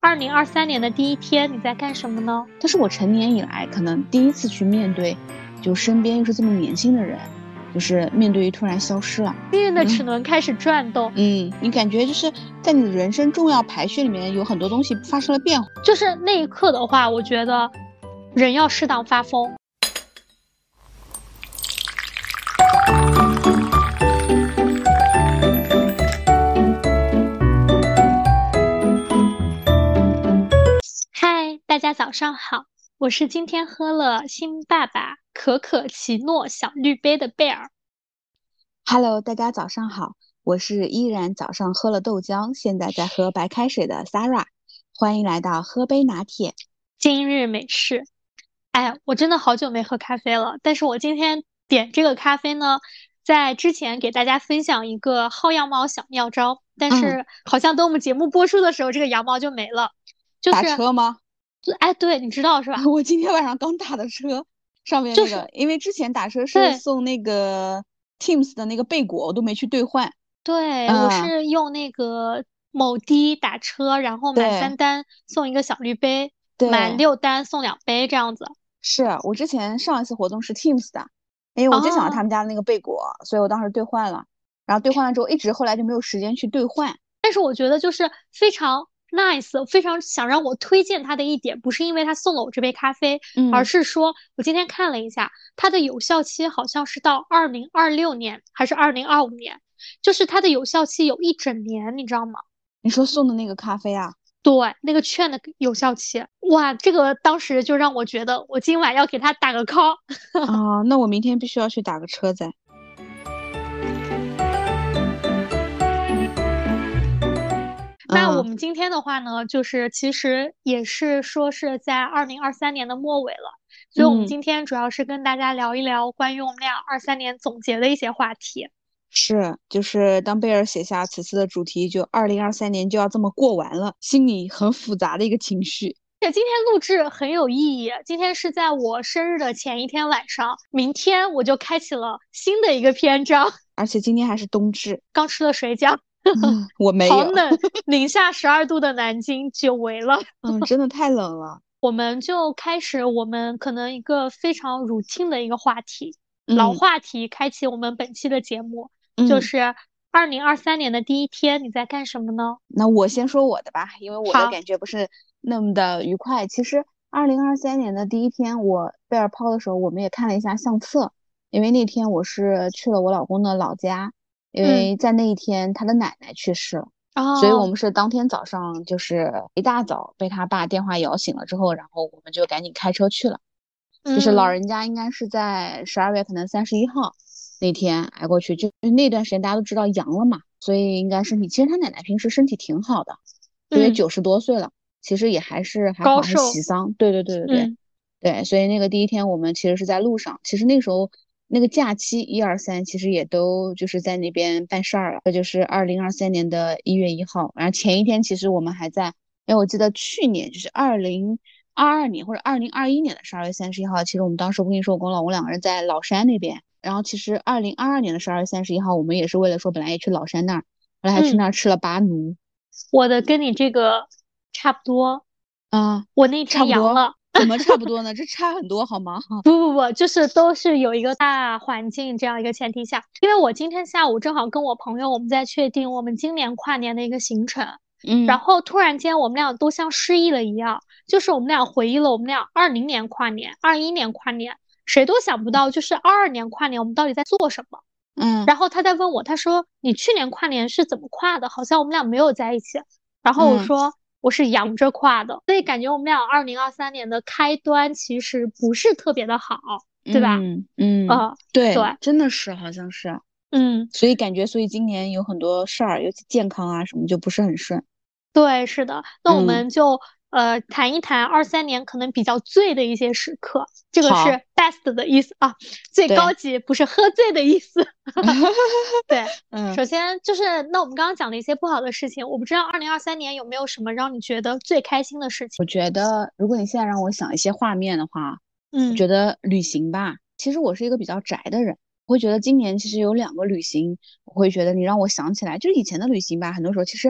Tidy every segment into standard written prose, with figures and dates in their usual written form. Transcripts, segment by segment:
2023年的第一天，你在干什么呢？ 这是我成年以来可能第一次去面对，就身边又是这么年轻的人，就是面对于突然消失了， 命运的齿轮开始转动。 你感觉就是在你的人生重要排序里面有很多东西发生了变化。 就是那一刻的话，我觉得人要适当发疯。嗨，大家早上好，我是今天喝了新爸爸可可奇诺小绿杯的贝尔。 Hello，大家早上好，我是依然早上喝了豆浆，现在在喝白开水的 Sarah， 欢迎来到喝杯拿铁。 今日美式。哎，我真的好久没喝咖啡了，但是我今天点这个咖啡呢，在之前给大家分享一个薅羊毛小妙招，但是好像等我们节目播出的时候，这个羊毛就没了。就是打车吗？ 哎，对，你知道是吧？ 我今天晚上刚打的车，上面那个，因为之前打车是送那个 Teams 的那个贝果，我都没去兑换。 对，我是用那个某滴打车，然后满3单送一个小绿杯，满6单送2杯这样子。 是我之前上一次活动是 Teams 的，因为我就想要他们家的那个贝果，所以我当时兑换了，然后兑换了之后，一直后来就没有时间去兑换。 但是我觉得就是非常 nice， 非常想让我推荐它的一点，不是因为他送了我这杯咖啡，而是说我今天看了一下，它的有效期好像是到2026年还是2025年，就是它的有效期有1整年，你知道吗？ 你说送的那个咖啡啊？ 对，那个券的有效期，哇，这个当时就让我觉得我今晚要给他打个 call。 啊，那我明天必须要去打个车载。 那我们今天的话呢，就是其实也是说是在2023年的末尾了，所以我们今天主要是跟大家聊一聊关于我们俩23年总结的一些话题。 是，就是当贝尔写下此次的主题，就2023年就要这么过完了，心里很复杂的一个情绪。 今天录制很有意义，今天是在我生日的前一天晚上，明天我就开启了新的一个篇章。 而且今天还是冬至， 刚吃了水饺。 我没有。 好冷，-12度的南京久违了。 真的太冷了。 我们就开始我们可能一个非常 routine 的一个话题，老话题，开启我们本期的节目，就是2023年的第一天你在干什么呢？ 那我先说我的吧，因为我的感觉不是那么的愉快。其实2023年的第一天，我贝尔抛的时候，我们也看了一下相册，因为那天我是去了我老公的老家，因为在那一天他的奶奶去世了。所以我们是当天早上就是一大早被他爸电话摇醒了之后，然后我们就赶紧开车去了。就是老人家应该是在12月可能31号那天挨过去，就那段时间大家都知道阳了嘛，所以应该身体，其实他奶奶平时身体挺好的，因为90多岁了，其实也还好，还喜丧。对，所以那个第一天我们其实是在路上，其实那个时候那个假期1、2、3其实也都就是在那边办事儿了。这就是2023年的1月1号，然后前一天其实我们还在，因为我记得去年就是2022年或者2021年的12月31号，其实我们当时我跟你说，我跟我老公2个人在老山那边，然后其实2022年的12月31号，我们也是为了说本来也去老山那儿，后来还去那儿吃了巴奴。 我的跟你这个差不多啊， 我那天阳了。 怎么差不多呢？这差很多好吗？ 不，就是都是有一个大环境这样一个前提下，因为我今天下午正好跟我朋友我们在确定我们今年跨年的一个行程，然后突然间我们俩都像失忆了一样，就是我们俩回忆了我们俩20年跨年、21年跨年，谁都想不到就是22年跨年我们到底在做什么。然后他在问我，他说你去年跨年是怎么跨的？好像我们俩没有在一起。然后我说我是阳着跨的，所以感觉我们俩2023年的开端其实不是特别的好，对吧？ 对，真的是好像是，所以感觉所以今年有很多事儿，尤其健康啊什么就不是很顺。 对，是的，那我们就谈一谈23年可能比较醉的一些时刻，这个是 best 的意思啊，最高级不是喝醉的意思。对，首先就是那我们刚刚讲的一些不好的事情，我不知道2023年有没有什么让你觉得最开心的事情？ 我觉得如果你现在让我想一些画面的话，我觉得旅行吧。其实我是一个比较宅的人，我会觉得今年其实有2个旅行，我会觉得你让我想起来，就是以前的旅行吧，很多时候其实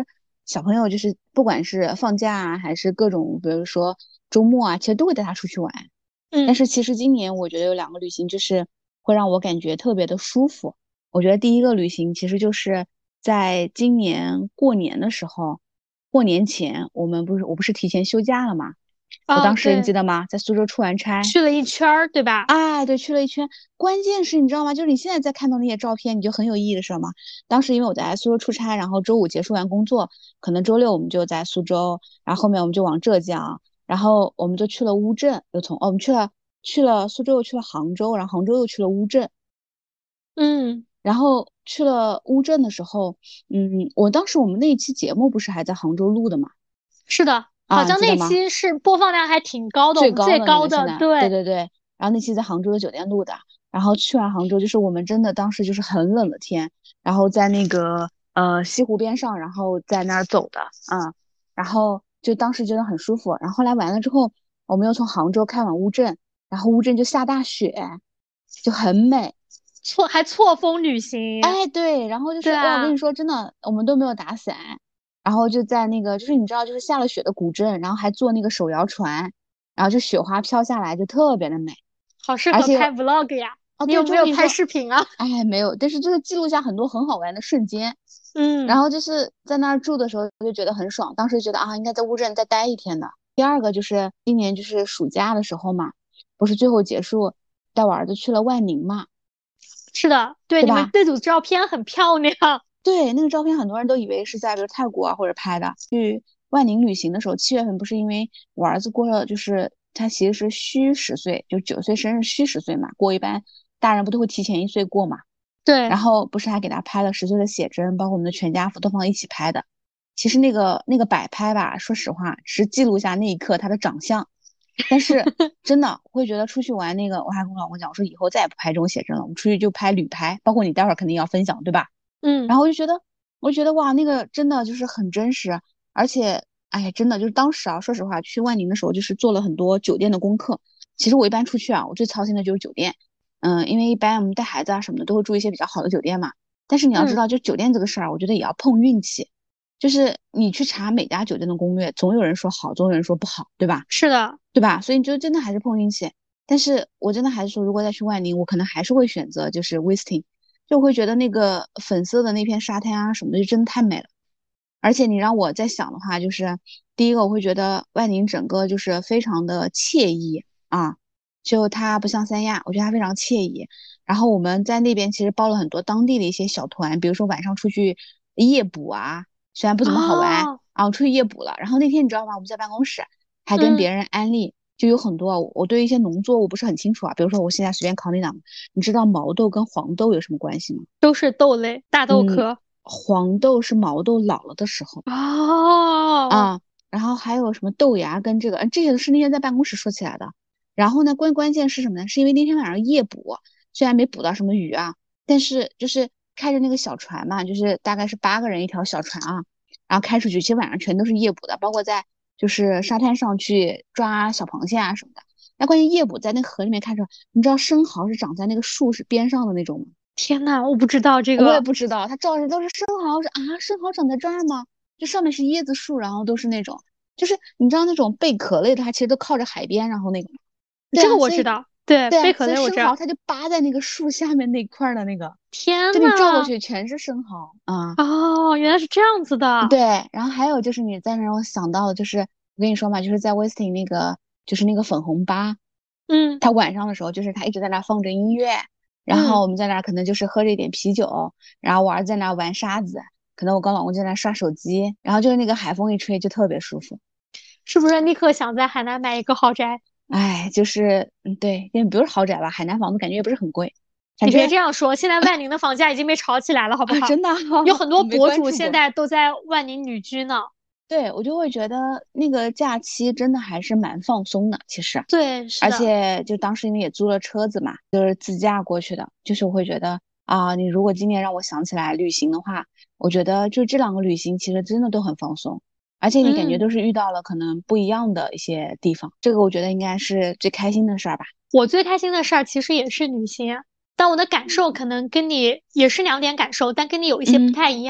小朋友就是不管是放假啊，还是各种比如说周末啊，其实都会带他出去玩。但是其实今年我觉得有2个旅行就是会让我感觉特别的舒服。我觉得第一个旅行其实就是在今年过年的时候，过年前我不是提前休假了吗？我当时你记得吗？在苏州出完差， 去了一圈儿，对吧？ 哎，对，去了一圈。关键是你知道吗？就是你现在在看到那些照片，你就很有意义的事吗？当时因为我在苏州出差，然后周5结束完工作，可能周6我们就在苏州，然后后面我们就往浙江，然后我们就去了乌镇，我们去了苏州，又去了杭州，然后杭州又去了乌镇。然后去了乌镇的时候，我当时我们那一期节目不是还在杭州录的嘛？ 是的，好像那期是播放量还挺高的，我们最高的， 对对对。然后那期在杭州的酒店录的，然后去完杭州，就是我们真的当时就是很冷的天，然后在那个西湖边上，然后在那儿走的，然后就当时觉得很舒服。然后后来完了之后，我们又从杭州开往乌镇，然后乌镇就下大雪，就很美。 错峰旅行， 哎，对，然后就是哇，我跟你说真的，我们都没有打伞，然后就在那个就是你知道就是下了雪的古镇，然后还坐那个手摇船，然后就雪花飘下来，就特别的美， 好适合拍 vlog 呀。你有没有拍视频啊？ 哎，没有，但是就是记录下很多很好玩的瞬间。然后就是在那儿住的时候就觉得很爽，当时觉得啊，应该在乌镇再待1天的。第二个就是今年就是暑假的时候嘛，不是最后结束带我儿子去了万宁嘛。 是的，对，你们那组照片很漂亮。 对，那个照片很多人都以为是在比如泰国啊或者拍的。去万宁旅行的时候，7月份不是因为我儿子过了，就是他其实是虚10岁，就9岁生日虚10岁嘛，过一般大人不都会提前1岁过嘛？ 对。 然后不是还给他拍了10岁的写真，包括我们的全家福都放一起拍的。其实那个摆拍吧，说实话只是记录下那一刻他的长相。但是真的会觉得出去玩那个，我还跟我老公讲，我说以后再也不拍这种写真了，我们出去就拍旅拍，包括你待会儿肯定要分享，对吧？然后我就觉得哇，那个真的就是很真实，而且哎，真的就是当时啊，说实话，去万宁的时候就是做了很多酒店的功课。其实我一般出去啊，我最操心的就是酒店，因为一般我们带孩子啊什么的都会住一些比较好的酒店嘛。但是你要知道，就酒店这个事儿，我觉得也要碰运气。就是你去查每家酒店的攻略，总有人说好，总有人说不好，对吧？ 是的， 对吧？所以你就真的还是碰运气。但是我真的还是说，如果再去万宁，我可能还是会选择就是 Wisting，就会觉得那个粉色的那片沙滩啊什么的，就真的太美了。而且你让我再想的话，就是第一个我会觉得万宁整个就是非常的惬意啊，就它不像三亚，我觉得它非常惬意。然后我们在那边其实包了很多当地的一些小团，比如说晚上出去夜捕啊，虽然不怎么好玩啊，出去夜捕了。然后那天你知道吗？我们在办公室还跟别人安利，就有很多我对一些农作物不是很清楚啊，比如说我现在随便考你两个，你知道毛豆跟黄豆有什么关系吗？ 都是豆类，大豆科。 黄豆是毛豆老了的时候啊，然后还有什么豆芽跟这个，这些都是那天在办公室说起来的。然后呢，关键是什么呢？是因为那天晚上夜捕，虽然没捕到什么鱼啊，但是就是开着那个小船嘛，就是大概是8个人一条小船啊，然后开出去，其实晚上全都是夜捕的，包括在就是沙滩上去抓小螃蟹啊什么的。那关键夜捕在那个河里面看着，你知道生蚝是长在那个树是边上的那种吗？ 天呐，我不知道这个， 我也不知道，它照着都是生蚝，是啊，生蚝长在这儿吗？就上面是椰子树，然后都是那种，就是你知道那种贝壳类的，它其实都靠着海边，然后那个， 这个我知道，对，贝壳类我知道。 生蚝它就扒在那个树下面那块的那个， 天呐， 就你照过去全是生蚝啊！ 哦，原来是这样子的。 对，然后还有就是你在那让我想到的就是我跟你说嘛，就是在 Westin 那个就是那个粉红吧，它晚上的时候就是它一直在那放着音乐。然后我们在那儿可能就是喝着一点啤酒，然后玩在那儿玩沙子，可能我跟老公在那儿刷手机，然后就是那个海风一吹就特别舒服， 是不是立刻想在海南买一个豪宅？ 哎，就是对，也不是豪宅吧，海南房子感觉也不是很贵。 你别这样说，现在万宁的房价已经被炒起来了，好不好？ 真的， 有很多博主现在都在万宁旅居呢。 对，我就会觉得那个假期真的还是蛮放松的，其实。 对，是的。 而且就当时因为也租了车子嘛，就是自驾过去的，就是我会觉得啊，你如果今年让我想起来旅行的话，我觉得就这2个旅行其实真的都很放松，而且你感觉都是遇到了可能不一样的一些地方，这个我觉得应该是最开心的事儿吧。 我最开心的事儿其实也是旅行，但我的感受可能跟你也是2点感受，但跟你有一些不太一样。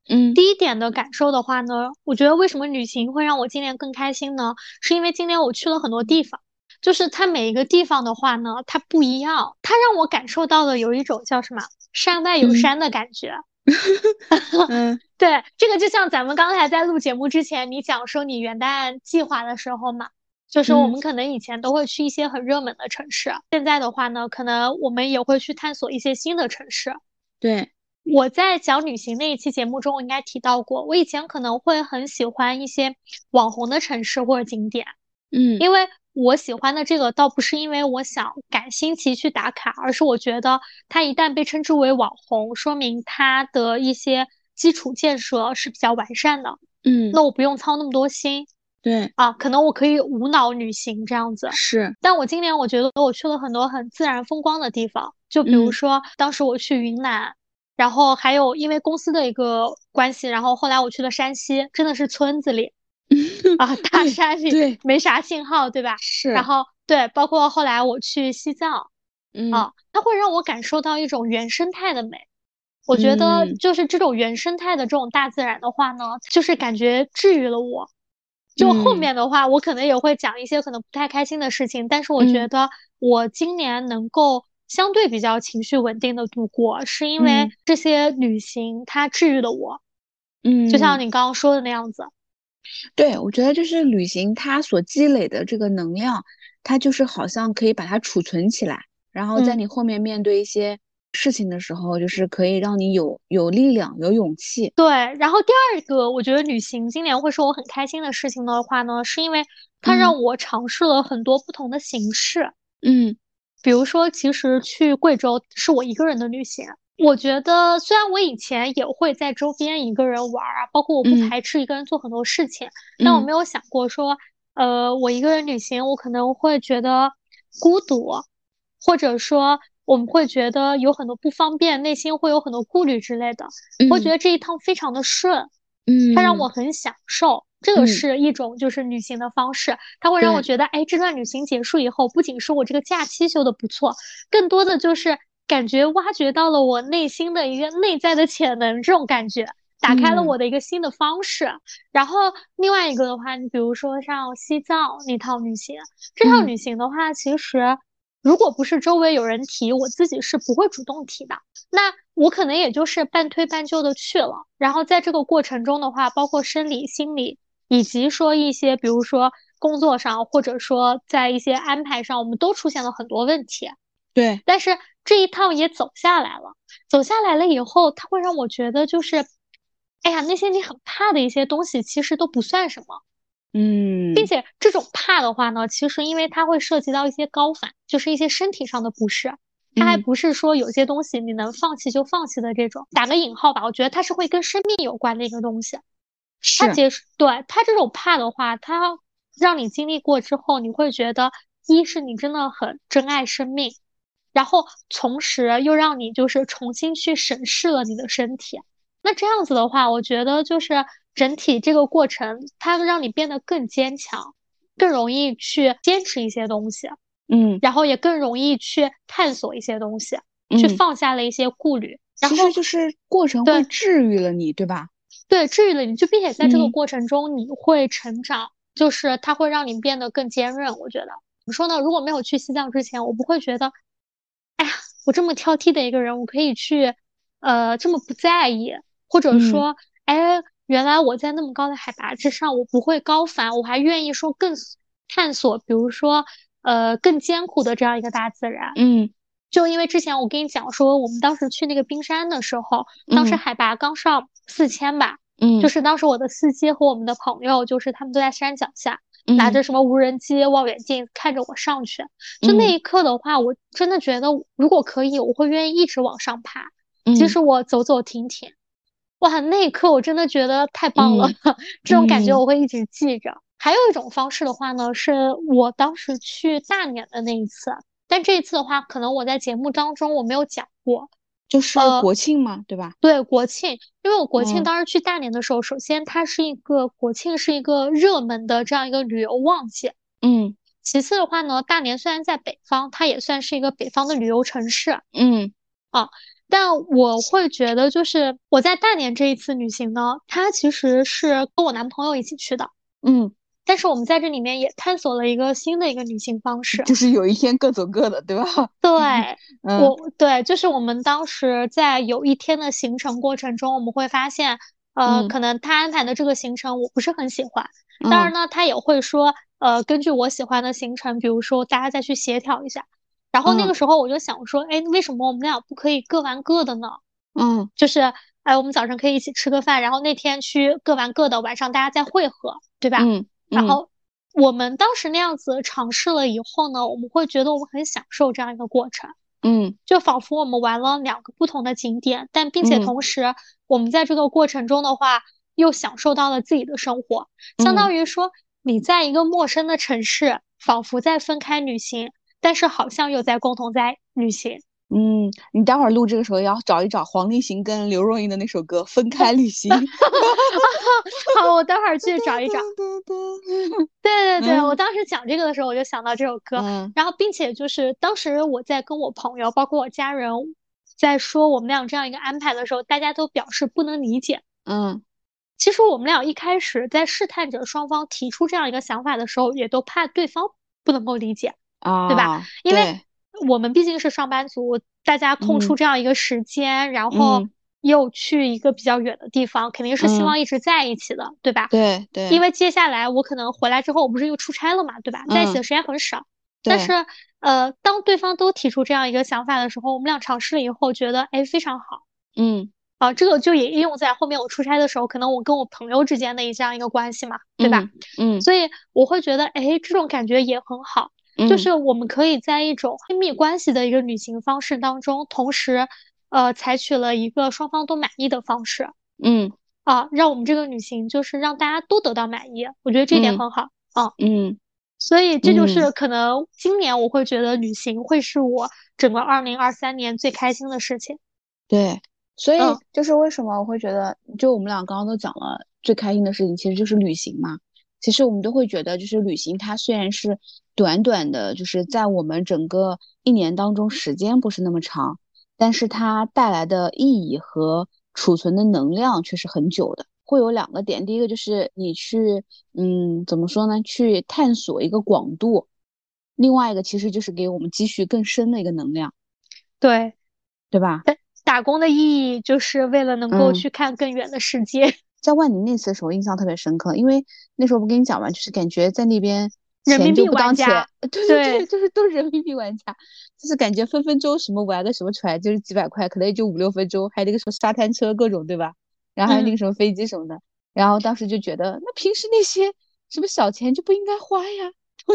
第一点的感受的话呢，我觉得为什么旅行会让我今年更开心呢？是因为今年我去了很多地方，就是它每一个地方的话呢，它不一样，它让我感受到的有一种叫什么山外有山的感觉。对，这个就像咱们刚才在录节目之前，你讲说你元旦计划的时候嘛，就是我们可能以前都会去一些很热门的城市，现在的话呢，可能我们也会去探索一些新的城市。 对， 我在讲旅行那一期节目中，我应该提到过，我以前可能会很喜欢一些网红的城市或者景点，因为我喜欢的这个倒不是因为我想赶新奇去打卡，而是我觉得它一旦被称之为网红，说明它的一些基础建设是比较完善的。那我不用操那么多心。 对啊，可能我可以无脑旅行这样子。 是， 但我今年我觉得我去了很多很自然风光的地方，就比如说当时我去云南，然后还有因为公司的一个关系，然后后来我去了山西，真的是村子里啊，大山里对， 没啥信号，对吧？然是， 后对，包括后来我去西藏，它会让我感受到一种原生态的美。我觉得就是这种原生态的这种大自然的话呢，就是感觉治愈了我。就后面的话，我可能也会讲一些可能不太开心的事情，但是我觉得我今年能够相对比较情绪稳定的度过，是因为这些旅行它治愈了我。就像你刚刚说的那样子。 对，我觉得就是旅行它所积累的这个能量，它就是好像可以把它储存起来，然后在你后面面对一些事情的时候，就是可以让你有力量、有勇气。 对，然后第二个，我觉得旅行今年会是我很开心的事情的话呢，是因为它让我尝试了很多不同的形式。比如说，其实去贵州是我一个人的旅行。我觉得虽然我以前也会在周边一个人玩啊，包括我不排斥一个人做很多事情，但我没有想过说，我一个人旅行，我可能会觉得孤独，或者说我们会觉得有很多不方便，内心会有很多顾虑之类的。我觉得这一趟非常的顺，它让我很享受。这个是一种就是旅行的方式，它会让我觉得，哎，这段旅行结束以后，不仅是我这个假期休的不错，更多的就是感觉挖掘到了我内心的一个内在的潜能，这种感觉打开了我的一个新的方式。然后另外一个的话，你比如说像西藏那趟旅行，这趟旅行的话，其实如果不是周围有人提，我自己是不会主动提的。那我可能也就是半推半就的去了。然后在这个过程中的话，包括生理、心理，以及说一些，比如说工作上，或者说在一些安排上，我们都出现了很多问题。 对， 但是这一趟也走下来了。走下来了以后，它会让我觉得就是，哎呀，那些你很怕的一些东西，其实都不算什么。并且这种怕的话呢，其实因为它会涉及到一些高反，就是一些身体上的不适。它还不是说有些东西你能放弃就放弃的这种，打个引号吧，我觉得它是会跟生命有关的一个东西。对，它这种怕的话，它让你经历过之后，你会觉得，一是你真的很珍爱生命，然后同时又让你就是重新去审视了你的身体。那这样子的话，我觉得就是整体这个过程，它让你变得更坚强，更容易去坚持一些东西，然后也更容易去探索一些东西，去放下了一些顾虑。然后其实就是过程会治愈了你，对吧？ 对，治愈了你，就并且在这个过程中你会成长，就是它会让你变得更坚韧。我觉得怎么说呢？如果没有去西藏之前，我不会觉得，哎呀，我这么挑剔的一个人，我可以去，这么不在意，或者说，哎，原来我在那么高的海拔之上，我不会高反，我还愿意说更探索，比如说，更艰苦的这样一个大自然。就因为之前我跟你讲说，我们当时去那个冰山的时候，当时海拔刚上4000吧，就是当时我的司机和我们的朋友，就是他们都在山脚下，拿着什么无人机、望远镜看着我上去。就那一刻的话，我真的觉得，如果可以，我会愿意一直往上爬，即使我走走停停。哇，那一刻我真的觉得太棒了，这种感觉我会一直记着。还有一种方式的话呢，是我当时去大年的那一次。但这一次的话，可能我在节目当中我没有讲过， 就是国庆嘛，对吧？ 对，国庆，因为我国庆当时去大连的时候，首先它是一个国庆是一个热门的这样一个旅游旺季，其次的话呢，大连虽然在北方，它也算是一个北方的旅游城市， 但我会觉得，就是我在大连这一次旅行呢，它其实是跟我男朋友一起去的。但是我们在这里面也探索了一个新的一个旅行方式， 就是有一天各走各的，对吧？ 对， 嗯对，就是我们当时在有一天的行程过程中，我们会发现，可能他安排的这个行程我不是很喜欢。当然呢，他也会说，根据我喜欢的行程，比如说大家再去协调一下。然后那个时候我就想说，哎，为什么我们俩不可以各玩各的呢？就是，哎，我们早上可以一起吃个饭，然后那天去各玩各的，晚上大家再会合，对吧？然后我们当时那样子尝试了以后呢，我们会觉得我们很享受这样一个过程。就仿佛我们玩了两个不同的景点，但并且同时，我们在这个过程中的话，又享受到了自己的生活，相当于说你在一个陌生的城市，仿佛在分开旅行，但是好像又在共同在旅行。 你待会儿录这个时候要找一找黄立行跟刘若英的那首歌《分开旅行》。 好，我待会儿去找一找。对对对，我当时讲这个的时候，我就想到这首歌，然后并且就是当时我在跟我朋友，包括我家人，在说我们俩这样一个安排的时候，大家都表示不能理解。其实我们俩一开始在试探着双方提出这样一个想法的时候，也都怕对方不能够理解，对吧？因为我们毕竟是上班族，大家空出这样一个时间，然后又去一个比较远的地方，肯定是希望一直在一起的，对吧？ 对。 因为接下来我可能回来之后，我不是又出差了嘛，对吧？在一起的时间很少。但是当对方都提出这样一个想法的时候，我们俩尝试了以后，觉得哎非常好。这个就也应用在后面我出差的时候，可能我跟我朋友之间的这样一个关系嘛，对吧？所以我会觉得，哎，这种感觉也很好，就是我们可以在一种亲密关系的一个旅行方式当中，同时，采取了一个双方都满意的方式，让我们这个旅行就是让大家都得到满意，我觉得这点很好，所以这就是可能今年我会觉得旅行会是我整个2023年最开心的事情。 对。所以就是为什么我会觉得，就我们俩刚刚都讲了，最开心的事情其实就是旅行嘛。其实我们都会觉得，就是旅行它虽然是短短的，就是在我们整个一年当中时间不是那么长，但是它带来的意义和储存的能量却是很久的。会有两个点，第一个就是你去，怎么说呢，去探索一个广度，另外一个其实就是给我们积蓄更深的一个能量， 对， 对吧？ 打工的意义就是为了能够去看更远的世界。 在万宁那次的时候印象特别深刻，因为那时候我跟你讲完，就是感觉在那边人民币不当钱， 玩家， 对，就是都是人民币玩家，就是感觉分分钟什么玩个什么船就是几百块，可能也就5、6分钟，还有那个什么沙滩车各种，对吧？然后还有那个什么飞机什么的，然后当时就觉得，那平时那些什么小钱就不应该花呀，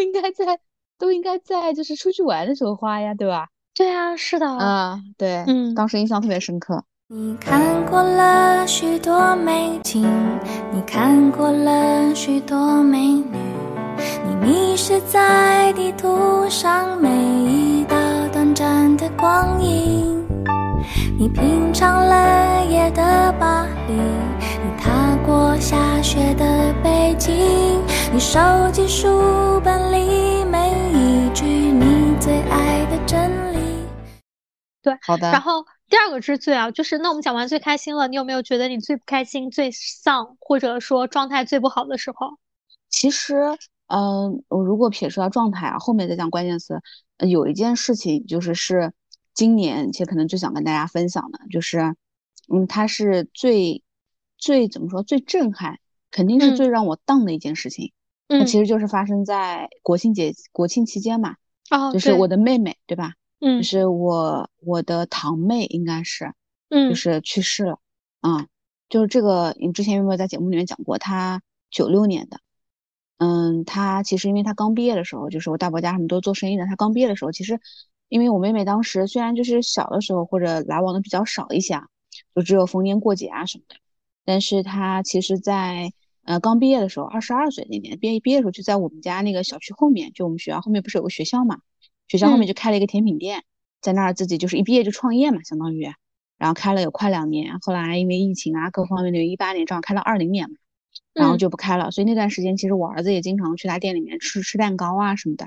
都应该在就是出去玩的时候花呀，对吧？ 对啊，是的， 对，当时印象特别深刻。 你看过了许多美景，你看过了许多美女，你迷失在地图上每一道短暂的光阴，你品尝了夜的巴黎，你踏过下雪的北京，你收集书本里每一句你最爱的真理。 对， 好的。 然后第二个之最啊，就是那我们讲完最开心了，你有没有觉得你最不开心、最丧，或者说状态最不好的时候？ 其实，我如果撇除掉状态啊，后面再讲关键词，有一件事情是今年其实可能最想跟大家分享的，就是，它是最怎么说最震撼，肯定是最让我荡的一件事情。那其实就是发生在国庆期间嘛，就是我的妹妹，对吧？就是我的堂妹应该是，就是去世了，就是这个，你之前有没有在节目里面讲过？她96年的，她其实因为她刚毕业的时候，就是我大伯家他们都做生意的，她刚毕业的时候，其实因为我妹妹当时虽然就是小的时候或者来往的比较少一些啊，就只有逢年过节啊什么的，但是她其实在刚毕业的时候，22岁那年毕业的时候，就在我们家那个小区后面，就我们学校后面不是有个学校嘛。学校后面就开了一个甜品店，在那儿自己就是一毕业就创业嘛，相当于，然后开了有快2年，后来因为疫情啊各方面的18年正好开到20年嘛，然后就不开了，所以那段时间其实我儿子也经常去他店里面吃蛋糕啊什么的，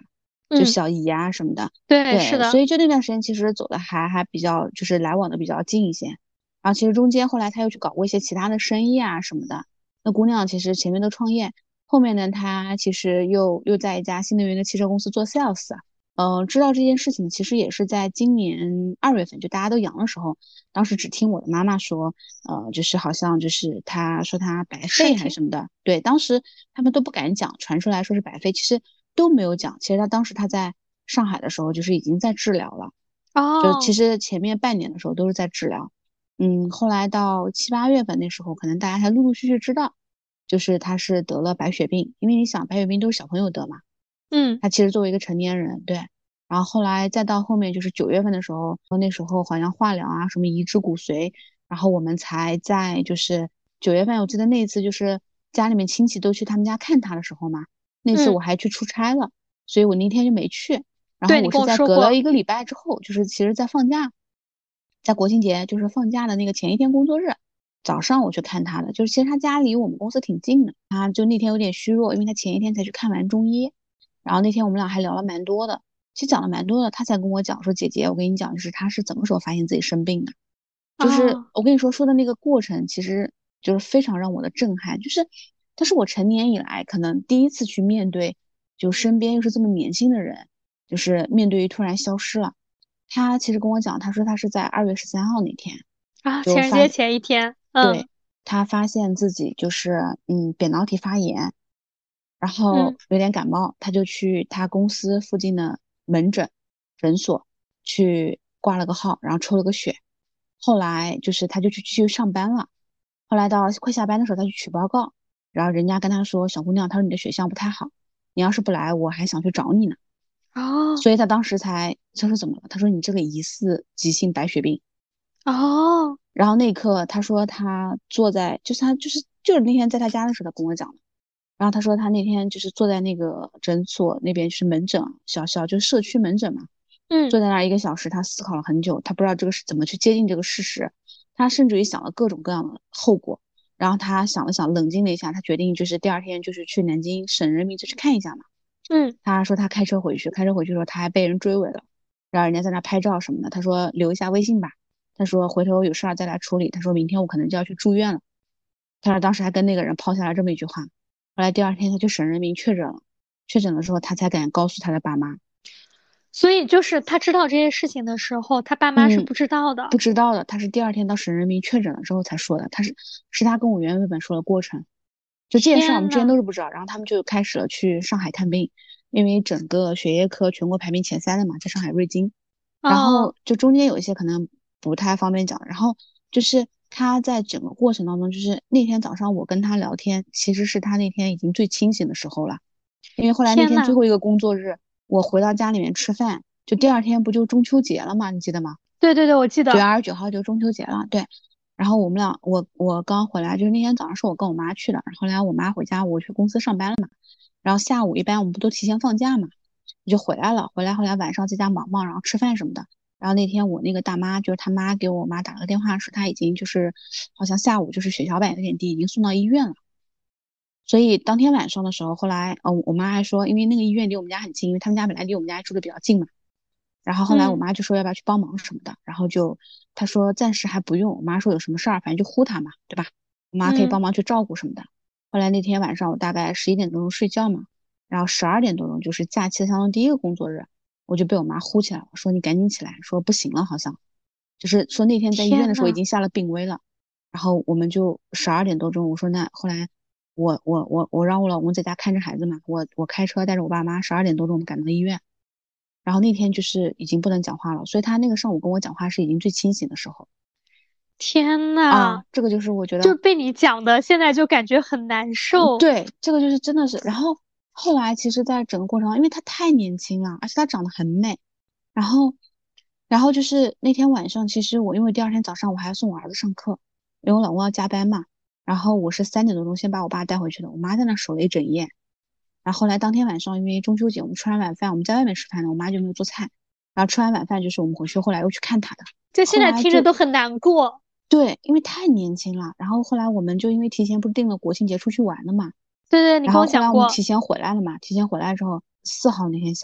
就小姨啊什么的。 对，是的。 所以就那段时间其实走的还比较，就是来往的比较近一些。然后其实中间后来他又去搞过一些其他的生意啊什么的。那姑娘其实前面都创业，后面呢她其实又在一家新能源的汽车公司做 sales。知道这件事情其实也是在今年2月份，就大家都阳的时候，当时只听我的妈妈说，就是好像就是她说她白肺还是什么的。对，当时他们都不敢讲，传出来说是白肺，其实都没有讲。其实当时她在上海的时候就是已经在治疗了。就其实前面半年的时候都是在治疗。后来到7、8月份那时候，可能大家才陆陆续续知道，就是他是得了白血病，因为你想白血病都是小朋友得嘛。他其实作为一个成年人，对。然后后来再到后面就是9月份的时候，那时候好像化疗啊，什么移植骨髓，然后我们才在就是9月份，我记得那一次就是家里面亲戚都去他们家看他的时候嘛，那次我还去出差了，所以我那天就没去。然后我是在隔了1个礼拜之后，就是其实在放假，在国庆节就是放假的那个前一天工作日早上我去看他的，就是其实他家离我们公司挺近的，他就那天有点虚弱，因为他前一天才去看完中医。然后那天我们俩还聊了蛮多的，其实讲了蛮多的，他才跟我讲说，姐姐，我跟你讲，就是他是怎么时候发现自己生病的，就是我跟你说的那个过程，其实就是非常让我的震撼，就是他是我成年以来可能第一次去面对，就身边又是这么年轻的人，就是面对于突然消失了。他其实跟我讲，他说他是在2月13号那天情人节前一天， 对，他发现自己就是扁桃体发炎。然后有点感冒，他就去他公司附近的门诊诊所去挂了个号，然后抽了个血。后来就是他就去上班了。后来到快下班的时候，他去取报告，然后人家跟他说：“小姑娘，他说你的血象不太好，你要是不来，我还想去找你呢。”所以他当时他说怎么了？他说你这个疑似急性白血病。然后那一刻他说他坐在就是那天在他家的时候他跟我讲的。然后他说他那天就是坐在那个诊所那边，就是门诊就是社区门诊嘛，坐在那儿1个小时，他思考了很久，他不知道这个是怎么去接近这个事实，他甚至于想了各种各样的后果，然后他想了想，冷静了一下，他决定就是第2天就是去南京省人民去看一下嘛。他说他开车回去的时候他还被人追尾了，然后人家在那拍照什么的，他说留一下微信吧，他说回头有事儿再来处理，他说明天我可能就要去住院了，他说当时还跟那个人抛下了这么一句话。后来第2天他去省人民确诊了，确诊的时候他才敢告诉他的爸妈。 所以就是他知道这些事情的时候，他爸妈是不知道的。 不知道的，他是第2天到省人民确诊了之后才说的，是他跟我原本说的过程。就这件事我们之前都是不知道，然后他们就开始了去上海看病，因为整个血液科全国排名前3的嘛，在上海瑞金。然后就中间有一些可能不太方便讲，然后就是他在整个过程当中，就是那天早上我跟他聊天，其实是他那天已经最清醒的时候了。因为后来那天最后一个工作日，我回到家里面吃饭，就第2天不就中秋节了吗？你记得吗？ 对，我记得。 9月29号就中秋节了，对。然后我们俩，我刚回来，就是那天早上是我跟我妈去的，然后后来我妈回家，我去公司上班了嘛。然后下午一般我们不都提前放假嘛，我就回来了。回来后来晚上在家忙，然后吃饭什么的。然后那天我那个大妈就是他妈给我妈打了个电话，说她已经就是好像下午就是血小板有点低，已经送到医院了。所以当天晚上的时候，后来我妈还说，因为那个医院离我们家很近，因为他们家本来离我们家住的比较近嘛。然后后来我妈就说要不要去帮忙什么的，然后她说暂时还不用，我妈说有什么事儿反正就呼她嘛，对吧？我妈可以帮忙去照顾什么的。后来那天晚上我大概11点多钟睡觉嘛，然后12点多钟就是假期的相当于第1个工作日，我就被我妈呼起来了，说你赶紧起来，说不行了，好像就是说那天在医院的时候已经下了病危了。然后我们就12点多钟，我说那后来我让我老公在家看着孩子嘛，我开车带着我爸妈12点多钟我们赶到医院。然后那天就是已经不能讲话了，所以他那个上午跟我讲话是已经最清醒的时候。 天呐， 这个就是我觉得就被你讲的，现在就感觉很难受。 对，这个就是真的是。然后后来其实在整个过程中，因为他太年轻了，而且他长得很美。然后就是那天晚上，其实因为第2天早上我还要送我儿子上课，因为我老公要加班嘛。然后我是3点多钟先把我爸带回去的，我妈在那守了一整夜。然后后来当天晚上，因为中秋节我们吃完晚饭，我们在外面吃饭的，我妈就没有做菜。然后吃完晚饭就是我们回去，后来又去看他的。 这现在听着都很难过。 对，因为太年轻了。然后后来我们就因为提前不是定了国庆节出去玩了嘛。 对，你跟我讲过。 然后后来我们提前回来了嘛，提前回来之后4号那天下午，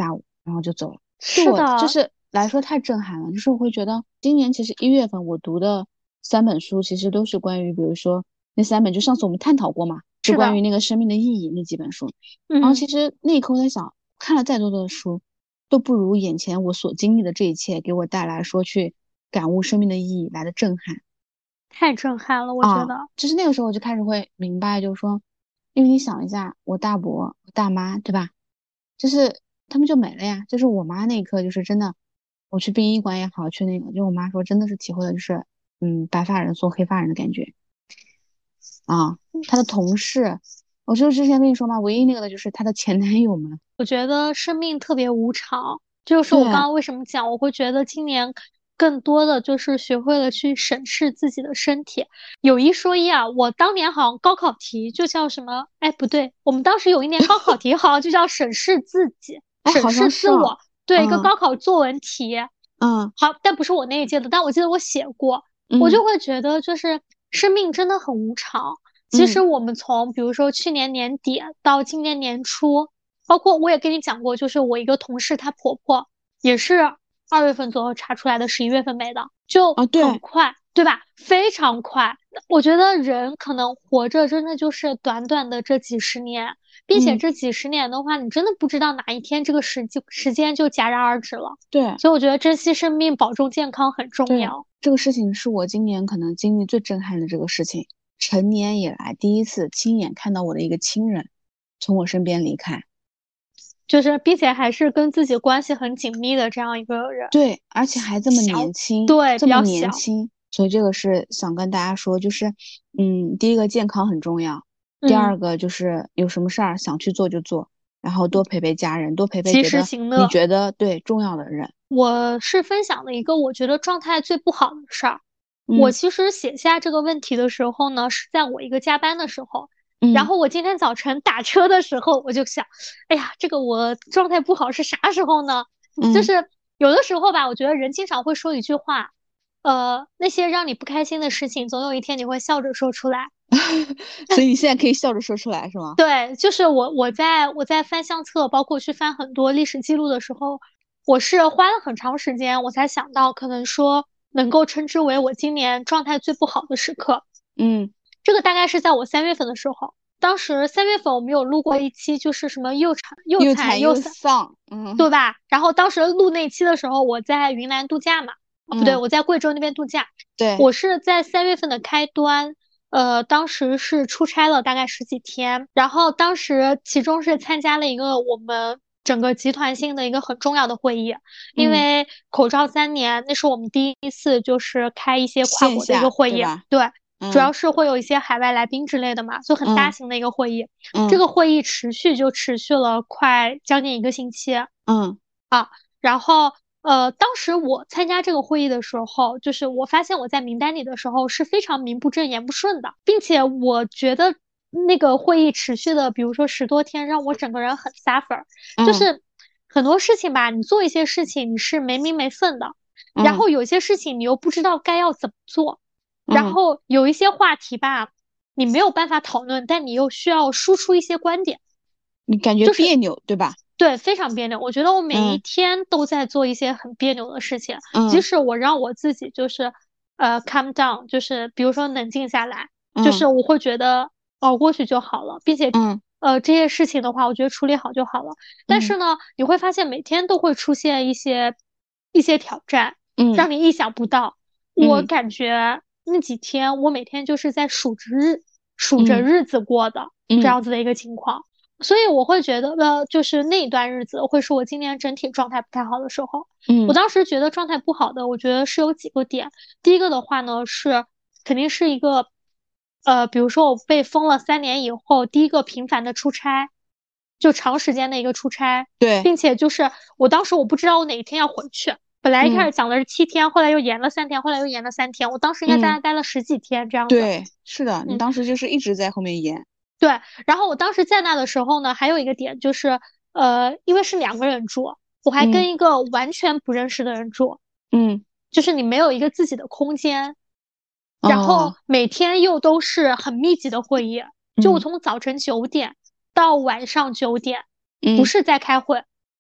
然后就走了。 是对我就的， 是来说太震撼了，就是我会觉得今年其实1月份我读的3本书，其实都是关于，比如说那3本，就上次我们探讨过嘛，是是的， 关于那个生命的意义那几本书。然后嗯， 其实那一刻我在想，看了再多的书，都不如眼前我所经历的这一切给我带来说去感悟生命的意义来的震撼。 太震撼了，我觉啊， 得。 就是那个时候我就开始会明白，就是说，因为你想一下，我大伯、我大妈，对吧？就是他们就没了呀。就是我妈那一刻，就是真的，我去殡仪馆也好，去那个，就我妈说，真的是体会的就是，白发人送黑发人的感觉啊。她的同事，我就之前跟你说嘛，唯一那个的就是她的前男友们。 我觉得生命特别无常，就是我刚对， 刚为什么讲，我会觉得今年更多的就是学会了去审视自己的身体。有一说一啊，我当年好像高考题就叫什么？哎，不对，我们当时有一年高考题好像就叫审视自己、 哎，好审视像是哦。 自我，对，一个嗯高考作文题。 嗯好，但不是我那一届的，但我记得我写过，我嗯就会觉得就是生命真的很无常。其实嗯我们从比如说去年年底到今年年初，包括我也跟你讲过，就是我一个同事她婆婆也是2月份左右查出来的，11月份没的，就啊，对很快，对吧？非常快。我觉得人可能活着真的就是短短的这几十年，并且嗯这几十年的话，你真的不知道哪一天这个时间就戛然而止了。 对。 所以我觉得珍惜生命、保重健康很重对， 要。 这个事情是我今年可能经历最震撼的这个事情，成年以来第一次亲眼看到我的一个亲人从我身边离开。 就是并且还是跟自己关系很紧密的这样一个人， 对，而且还这么小， 年轻， 对，比这么较小， 年轻，所以这个是想跟大家说，就是，第一个健康很重要，第嗯， 二个就是有什么事儿想去做就做，然后多陪陪家人，多陪陪及时觉得你行乐。 觉得对重要的人。 我是分享的一个我觉得状态最不好的事儿。我嗯其实写下这个问题的时候呢，是在我一个加班的时候。然嗯后我今天早晨打车的时候，我就想，哎呀，这个我状态不好是啥时候呢？就嗯， 是有的时候吧，我觉得人经常会说一句话，那些让你不开心的事情，总有一天你会笑着说出来。 所以你现在可以笑着说出来是吗？ 对，就是我在翻相册，包括去翻很多历史记录的时候，我是花了很长时间，我才想到可能说能够称之为我今年状态最不好的时刻。 嗯， 这个大概是在我3月份的时候，当时3月份我们有录过一期，就是什么又惨又又惨又惨又丧， 丧， 对吧？然后当时录那期的时候，我在云南度假嘛，不对， 嗯， 我在贵州那边度假。 对， 我是在3月份的开端，当时是出差了大概十几天，然后当时其中是参加了一个我们整个集团性的一个很重要的会议，因嗯， 为口罩3年，那是我们第一次就是开一些跨国的一个线下会议， 对吧？ 对。主要嗯是会有一些海外来宾之类的嘛，就很大嗯型的一个会议。这嗯个会议持续了快将近1个星期。 嗯然后当时我参加这个会议的时候，就是我发现我在名单里的时候是非常名不正言不顺的，并且我觉得那个会议持续的，比如说10多天，让我整个人很 suffer。就嗯是很多事情吧，你做一些事情你是没名没分的，然嗯后有些事情你又不知道该要怎么做，然嗯， 后有一些话题吧，你没有办法讨论，但你又需要输出一些观点。 你感觉别扭对吧？ 对，非常别扭。我觉得我每一嗯天都在做一些很别扭的事情，即嗯使我让我自己就是calm down，就是比如说冷静下来，就嗯是我会觉得熬过去就好了，并且嗯这些事情的话，我觉得处理好就好了。但嗯是呢，你会发现每天都会出现一些挑战， 嗯让你意想不到。我嗯感觉那几天我每天就是在数着嗯日子过的这嗯样子的一个情况。所以我会觉得就是那一段日子会是我今年整体状态不太好的时候。我嗯当时觉得状态不好的，我觉得是有几个点。第一个的话呢，是肯定是一个，比如说我被封了3年以后，第一个频繁的出差，就长时间的一个出差， 对， 并且就是我当时我不知道我哪一天要回去。本来一开嗯始讲的是7天，后来又延了3天，后来又延了3天。我当时应该在嗯那待了十几天这样子。 对，是的，你嗯。 当时就是一直在后面演。 对，然后我当时在那的时候呢，还有一个点就是，因为是2个人住，我还嗯跟一个完全不认识的人住， 嗯就是你没有一个自己的空间，然后哦每天又都是很密集的会议，就我嗯从早晨9点到晚上9点，不嗯是在开会，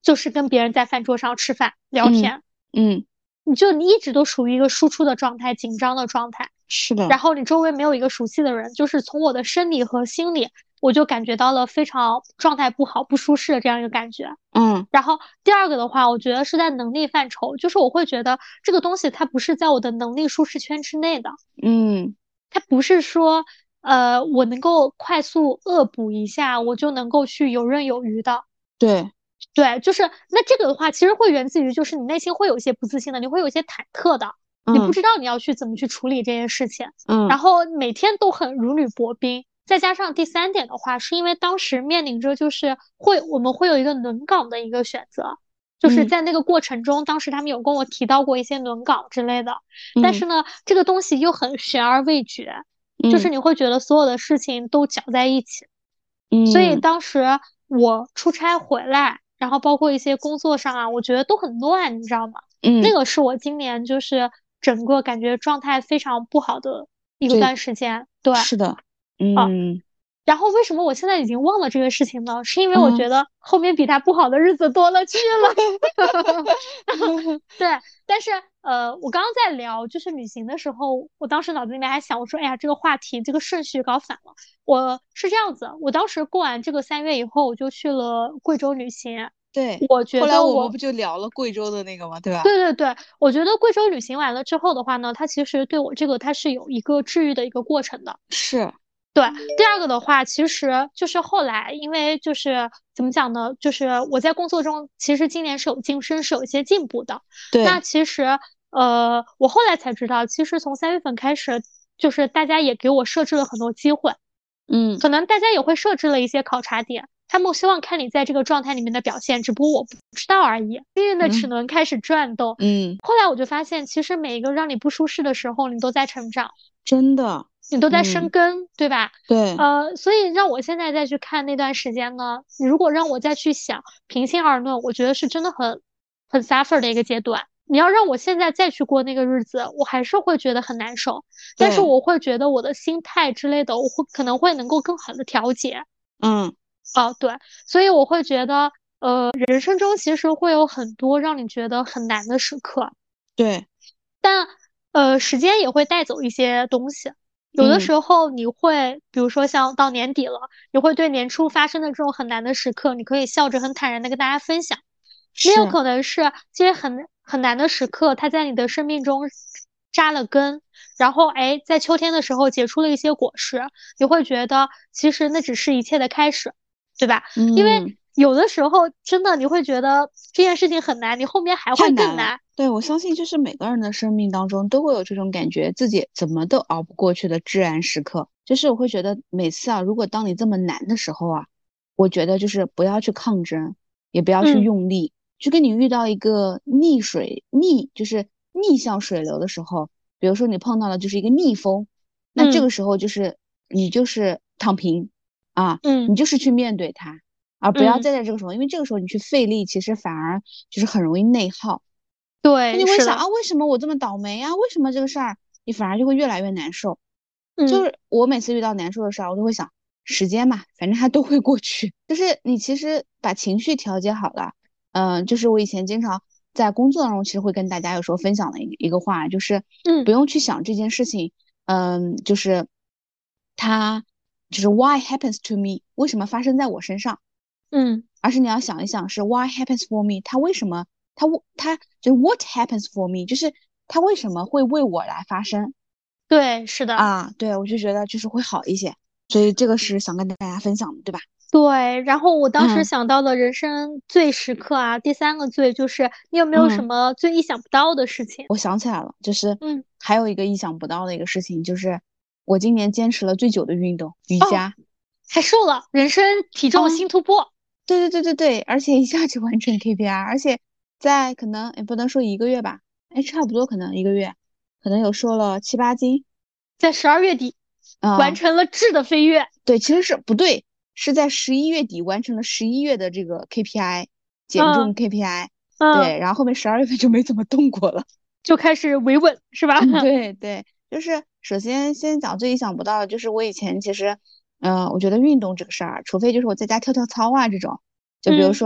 就是跟别人在饭桌上吃饭聊天，你一直都属于一个输出的状态，紧张的状态。 是的。 然后你周围没有一个熟悉的人，就是从我的生理和心理，我就感觉到了非常状态不好、不舒适的这样一个感觉。然后第二个的话，我觉得是在能力范畴，就是我会觉得这个东西它不是在我的能力舒适圈之内的。它不是说我能够快速恶补一下，我就能够去游刃有余的。对，就是那这个的话，其实会源自于就是你内心会有一些不自信的，你会有一些忐忑的，你不知道你要去怎么去处理这件事情。然后每天都很如履薄冰。再加上第三点的话，是因为当时面临着就是我们会有一个轮岗的一个选择，就是在那个过程中，当时他们有跟我提到过一些轮岗之类的，但是呢，这个东西又很悬而未决，就是你会觉得所有的事情都搅在一起。所以当时我出差回来，然后包括一些工作上啊，我觉得都很乱，你知道吗？那个是我今年就是整个感觉状态非常不好的一段时间。对， 是的。 然后为什么我现在已经忘了这个事情呢？是因为我觉得后面比他不好的日子多了去了。对，但是我刚刚在聊就是旅行的时候，我当时脑子里面还想，我说哎呀，这个话题这个顺序搞反了。我是这样子，我当时过完这个3月以后，我就去了贵州旅行。 对， 我觉得后来我们不就聊了贵州的那个吗？对吧？ 对，我觉得贵州旅行完了之后的话呢，它其实对我这个它是有一个治愈的一个过程的。 是。 对，第二个的话，其实就是后来，因为就是怎么讲呢，就是我在工作中，其实今年是有晋升，是有一些进步的。 对。 那其实我后来才知道，其实从3月份开始，就是大家也给我设置了很多机会。可能大家也会设置了一些考察点，他们希望看你在这个状态里面的表现，只不过我不知道而已。命运的齿轮开始转动。后来我就发现，其实每一个让你不舒适的时候，你都在成长。 真的。 你都在生根，对吧？ 对。 所以让我现在再去看那段时间呢，如果让我再去想，平心而论，我觉得是真的很 suffer 的一个阶段。你要让我现在再去过那个日子，我还是会觉得很难受。但是我会觉得我的心态之类的，可能会能够更好的调节。对，所以我会觉得，人生中其实会有很多让你觉得很难的时刻。 对。 但时间也会带走一些东西。有的时候你会，比如说像到年底了，你会对年初发生的这种很难的时刻，你可以笑着很坦然的跟大家分享。也有可能是这些很难的时刻，它在你的生命中扎了根，然后在秋天的时候结出了一些果实，你会觉得其实那只是一切的开始，对吧？因为有的时候真的你会觉得这件事情很难，你后面还会更难。 对，我相信就是每个人的生命当中都会有这种感觉，自己怎么都熬不过去的至暗时刻。就是我会觉得每次啊，如果当你这么难的时候啊，我觉得就是不要去抗争，也不要去用力，就跟你遇到一个就是逆向水流的时候，比如说你碰到了就是一个逆风，那这个时候就是你就是躺平啊，你就是去面对它，而不要再在这个时候，因为这个时候你去费力，其实反而就是很容易内耗。 对， 你会想啊，为什么我这么倒霉啊？为什么这个事儿，你反而就会越来越难受。就是我每次遇到难受的事儿，我都会想，时间嘛，反正它都会过去。就是你其实把情绪调节好了，就是我以前经常在工作当中，其实会跟大家有时候分享的一个话，就是不用去想这件事情，就是它就是 why happens to me， 为什么发生在我身上，而是你要想一想是 why happens for me， 它为什么它就是 what happens for me， 就是它为什么会为我来发生。 对，是的啊，对，我就觉得就是会好一些，所以这个是想跟大家分享的，对吧？ 对，然后我当时想到的人生最时刻啊，第3个最就是你有没有什么最意想不到的事情？ 我想起来了，就是还有一个意想不到的一个事情，就是我今年坚持了最久的运动瑜伽， 还瘦了，人生体重新突破。 对，而且一下就完成 KPI， 而且在可能也不能说1个月吧，差不多可能1个月，可能有瘦了7、8斤， 在12月底完成了质的飞跃。 对，其实是不对，是在11月底完成了11月的这个 KPI 减重 KPI，对，然后后面12月份就没怎么动过了， 就开始维稳是吧？ 对，就是首先先讲最意想不到的，就是我以前其实我觉得运动这个事儿，除非就是我在家跳跳操啊这种，就比如说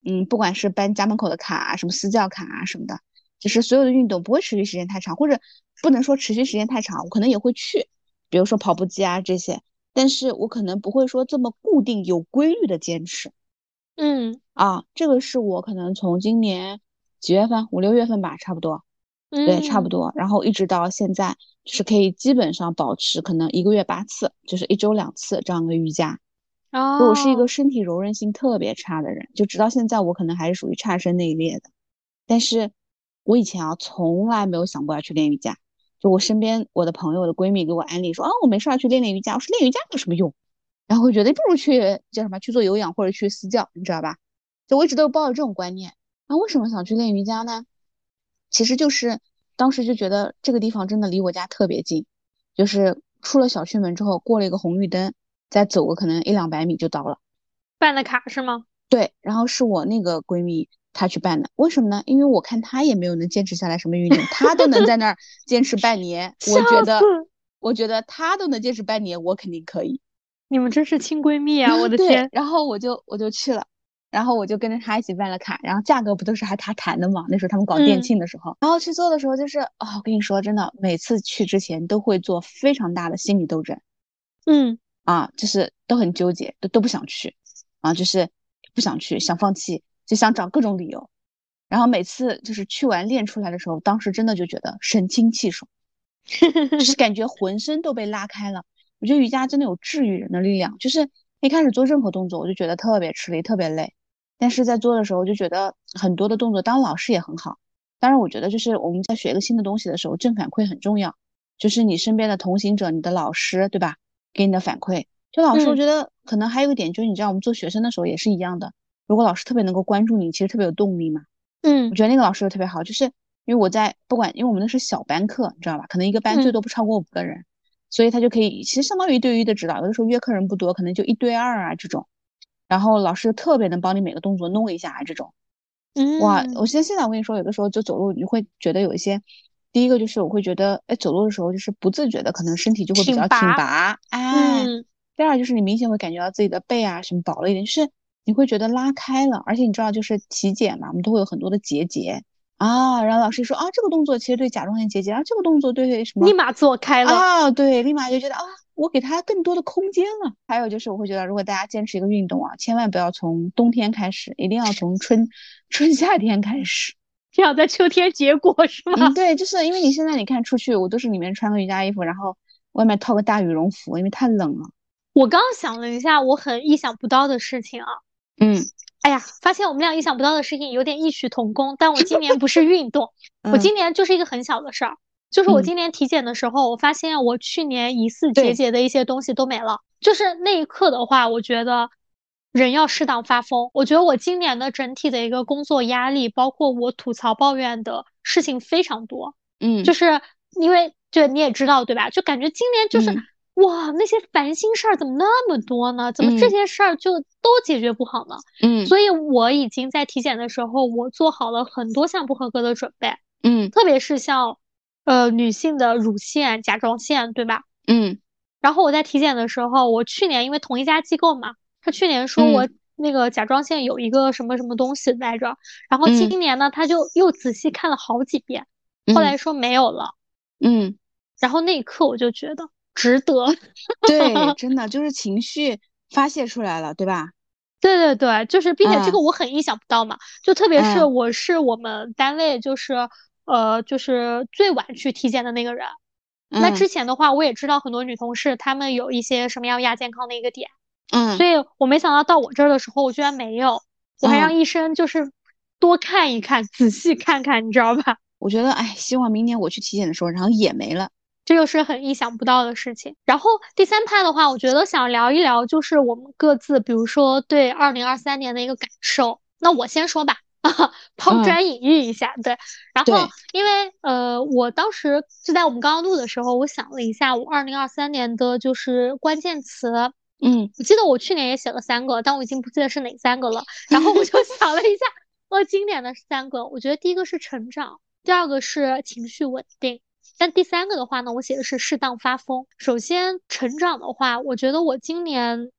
不管是办家门口的卡啊，什么私教卡啊什么的，就是所有的运动不会持续时间太长，或者不能说持续时间太长，我可能也会去，比如说跑步机啊这些，但是我可能不会说这么固定有规律的坚持。这个是我可能从今年几月份5、6月份吧，差不多，对，差不多，然后一直到现在，就是可以基本上保持可能1个月8次，就是1周2次这样的瑜伽。我是一个身体柔韧性特别差的人，就直到现在我可能还是属于差生那一列的。但是我以前从来没有想过要去练瑜伽，就我身边我的朋友我的闺蜜给我安利说我没事要去练练瑜伽，我说练瑜伽有什么用？然后我觉得不如去叫什么去做有氧或者去私教，你知道吧？就我一直都抱着这种观念。为什么想去练瑜伽呢？其实就是当时就觉得这个地方真的离我家特别近，就是出了小区门之后过了一个红绿灯，再走个可能100-200米就到了。 办的卡是吗？ 对，然后是我那个闺蜜她去办的，为什么呢？因为我看她也没有能坚持下来什么运动，她都能在那儿坚持半年，我觉得她都能坚持半年，我肯定可以。 你们真是亲闺蜜啊！我的天。 对，然后我就去了，然后我就跟着她一起办了卡，然后价格不都是还她谈的嘛？那时候他们搞店庆的时候，然后去做的时候就是我跟你说真的，每次去之前都会做非常大的心理斗争。就是都很纠结，都不想去就是不想去，想放弃，就想找各种理由。然后每次就是去完练出来的时候，当时真的就觉得神清气爽，就是感觉浑身都被拉开了。我觉得瑜伽真的有治愈人的力量，就是一开始做任何动作我就觉得特别吃力特别累，但是在做的时候就觉得很多的动作当老师也很好。当然我觉得就是我们在学一个新的东西的时候，正反馈很重要，就是你身边的同行者你的老师对吧，给你的反馈。就老师我觉得可能还有一点就是你知道我们做学生的时候也是一样的，如果老师特别能够关注你，其实特别有动力嘛。我觉得那个老师特别好，就是因为我在不管，因为我们那是小班课你知道吧，可能一个班最多不超过5个人，所以他就可以其实相当于1对1的指导，有的时候约课人不多，可能就1对2这种，然后老师特别能帮你每个动作弄一下这种。哇，我现在我跟你说有的时候就走路你会觉得有一些，第一个就是我会觉得走路的时候就是不自觉的可能身体就会比较挺拔，第二就是你明显会感觉到自己的背什么薄了一点，就是你会觉得拉开了，而且你知道就是体检嘛，我们都会有很多的结节然后老师说这个动作其实对甲状腺结节这个动作对什么立马做开了对，立马就觉得我给他更多的空间了。还有就是我会觉得如果大家坚持一个运动千万不要从冬天开始，一定要从春夏天开始， 这样在秋天结果是吗？ 对，就是因为你现在你看出去我都是里面穿个瑜伽衣服，然后外面套个大羽绒服，因为太冷了。 我刚想了一下我很意想不到的事情哎呀，发现我们俩意想不到的事情有点异曲同工，但我今年不是运动我今年就是一个很小的事儿，就是我今年体检的时候我发现我去年疑似结节的一些东西都没了。就是那一刻的话，我觉得人要适当发疯。我觉得我今年的整体的一个工作压力，包括我吐槽抱怨的事情非常多就是因为就你也知道对吧，就感觉今年就是哇，那些烦心事儿怎么那么多呢？怎么这些事儿就都解决不好呢？所以我已经在体检的时候，我做好了很多项不合格的准备。特别是像女性的乳腺、甲状腺，对吧？然后我在体检的时候，我去年因为同一家机构嘛，他去年说我那个甲状腺有一个什么什么东西来着，然后今年呢，他就又仔细看了好几遍，后来说没有了。然后那一刻我就觉得值得。 对，真的就是情绪发泄出来了，对吧？ 对对对，就是并且这个我很意想不到嘛，就特别是我是我们单位就是最晚去体检的那个人。那之前的话我也知道很多女同事她们有一些什么样亚健康的一个点所以我没想到我这儿的时候我居然没有，我还让医生就是多看一看仔细看看，你知道吧？ 我觉得希望明年我去体检的时候然后也没了， 这就是很意想不到的事情。然后第三趴的话，我觉得想聊一聊就是我们各自比如说对2023年的一个感受。那我先说吧抛砖引玉一下对。然后因为我当时就在我们刚刚录的时候，我想了一下我2023年的就是关键词我记得我去年也写了3个，但我已经不记得是哪3个了。然后我就想了一下我今年的是3个，我觉得第一个是成长，第二个是情绪稳定，但第3个的话呢，我写的是适当发疯。首先成长的话，我觉得我今年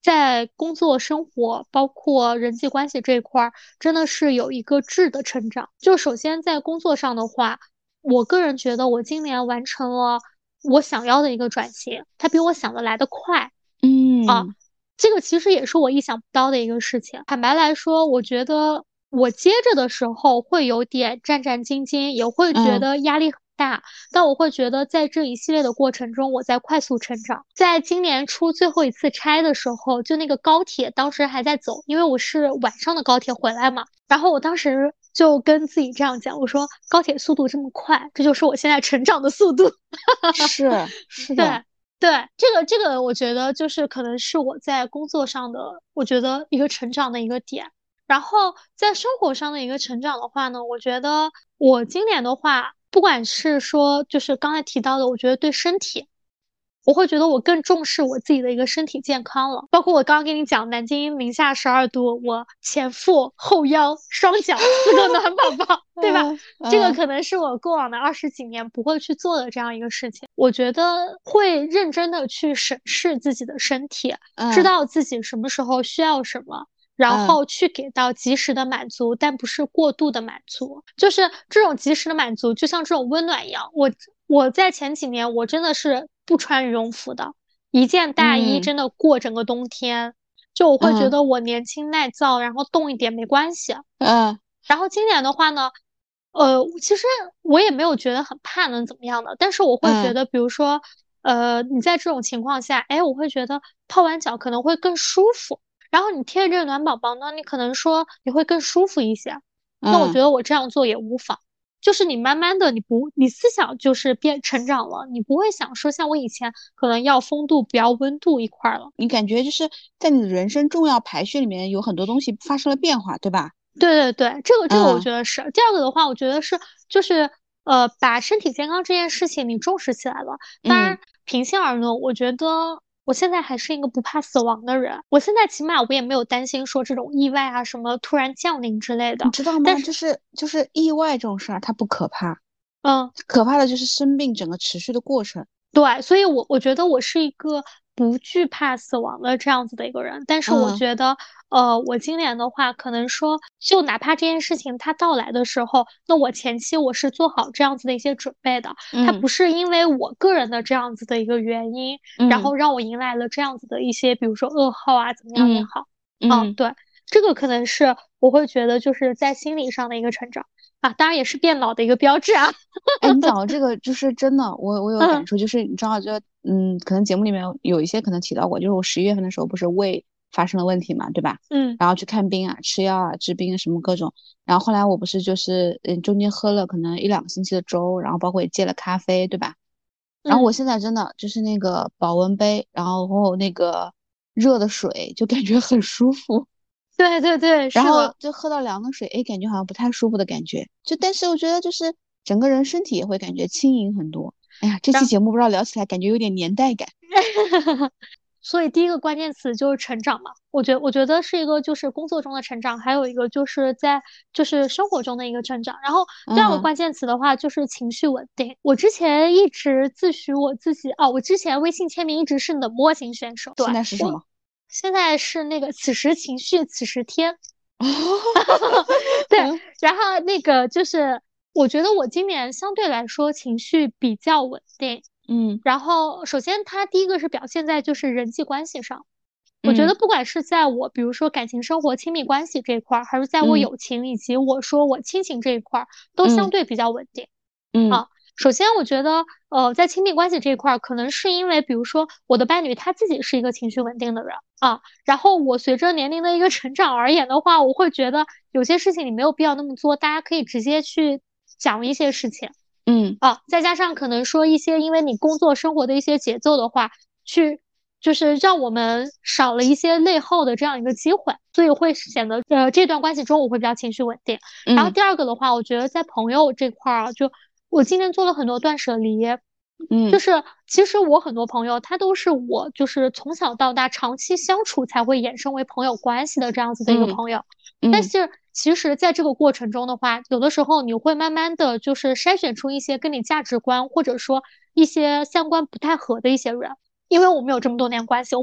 在工作生活包括人际关系这一块真的是有一个质的成长。就首先在工作上的话，我个人觉得我今年完成了我想要的一个转型，它比我想的来得快。这个其实也是我意想不到的一个事情。坦白来说，我觉得我接着的时候会有点战战兢兢，也会觉得压力很大，但我会觉得在这一系列的过程中，我在快速成长。在今年初最后一次拆的时候，就那个高铁当时还在走，因为我是晚上的高铁回来嘛，然后我当时就跟自己这样讲，我说高铁速度这么快，这就是我现在成长的速度。 是的。 对，这个我觉得就是可能是我在工作上的，我觉得一个成长的一个点。然后在生活上的一个成长的话呢，我觉得我今年的话，不管是说就是刚才提到的，我觉得对身体，我会觉得我更重视我自己的一个身体健康了。包括我刚刚跟你讲，南京零下12度，我前腹、后腰、双脚4个暖宝宝，对吧？这个可能是我过往的20几年不会去做的这样一个事情。我觉得会认真的去审视自己的身体，知道自己什么时候需要什么。然后去给到及时的满足，但不是过度的满足。就是这种及时的满足，就像这种温暖一样。我在前几年，我真的是不穿羽绒服的，一件大衣真的过整个冬天。就我会觉得我年轻耐燥，然后冻一点没关系。然后今年的话呢，其实我也没有觉得很怕能怎么样的，但是我会觉得，比如说，你在这种情况下，我会觉得泡完脚可能会更舒服。然后你贴着这个暖宝宝呢，你可能说你会更舒服一些。那我觉得我这样做也无妨。就是你慢慢的，你思想就是变成长了，你不会想说像我以前可能要风度不要温度一块了。 你感觉就是在你的人生重要排序里面有很多东西发生了变化，对吧？ 对，这个我觉得是。第二个的话，我觉得是就是把身体健康这件事情你重视起来了。当然，平心而论，我觉得我现在还是一个不怕死亡的人。我现在起码我也没有担心说这种意外啊什么突然降临之类的。 你知道吗？就是意外这种事儿，它不可怕。可怕的就是生病整个持续的过程。 对，所以我觉得我是一个不惧怕死亡的这样子的一个人。但是我觉得，我今年的话，可能说，就哪怕这件事情它到来的时候，那我前期我是做好这样子的一些准备的。它不是因为我个人的这样子的一个原因，然后让我迎来了这样子的一些，比如说噩耗啊，怎么样也好。对，这个可能是我会觉得就是在心理上的一个成长。当然也是变老的一个标志啊。 你讲的这个就是真的，我有感触，就是你知道，就可能节目里面有一些可能提到过，就是我11月份的时候不是胃发生了问题嘛，对吧？然后去看病啊，吃药啊，治病什么各种，然后后来我不是就是中间喝了可能1-2个星期的粥，然后包括也戒了咖啡，对吧？然后我现在真的就是那个保温杯，然后那个热的水就感觉很舒服。 对， 然后就喝到凉的水，感觉好像不太舒服的感觉。但是我觉得就是整个人身体也会感觉轻盈很多。哎呀，这期节目不知道聊起来感觉有点年代感。 所以第一个关键词就是成长嘛，我觉得是一个就是工作中的成长，还有一个就是在就是生活中的一个成长。然后第二个关键词的话就是情绪稳定。我之前一直自诩我自己我之前微信签名一直是冷漠型选手。 现在是什么？ 现在是那个此时情绪此时天。对，然后那个就是我觉得我今年相对来说情绪比较稳定。然后首先它第一个是表现在就是人际关系上。我觉得不管是在我比如说感情生活亲密关系这一块，还是在我友情以及我说我亲情这一块，都相对比较稳定。首先我觉得在亲密关系这一块，可能是因为比如说我的伴侣他自己是一个情绪稳定的人然后我随着年龄的一个成长而言的话，我会觉得有些事情你没有必要那么做，大家可以直接去讲一些事情。再加上可能说一些因为你工作生活的一些节奏的话，去就是让我们少了一些内耗的这样一个机会，所以会显得这段关系中我会比较情绪稳定。然后第二个的话，我觉得在朋友这块就我今年做了很多断舍离。就是其实我很多朋友他都是我就是从小到大长期相处才会衍生为朋友关系的这样子的一个朋友。但是其实在这个过程中的话，有的时候你会慢慢的就是筛选出一些跟你价值观或者说一些三观不太合的一些人。因为我们有这么多年关系，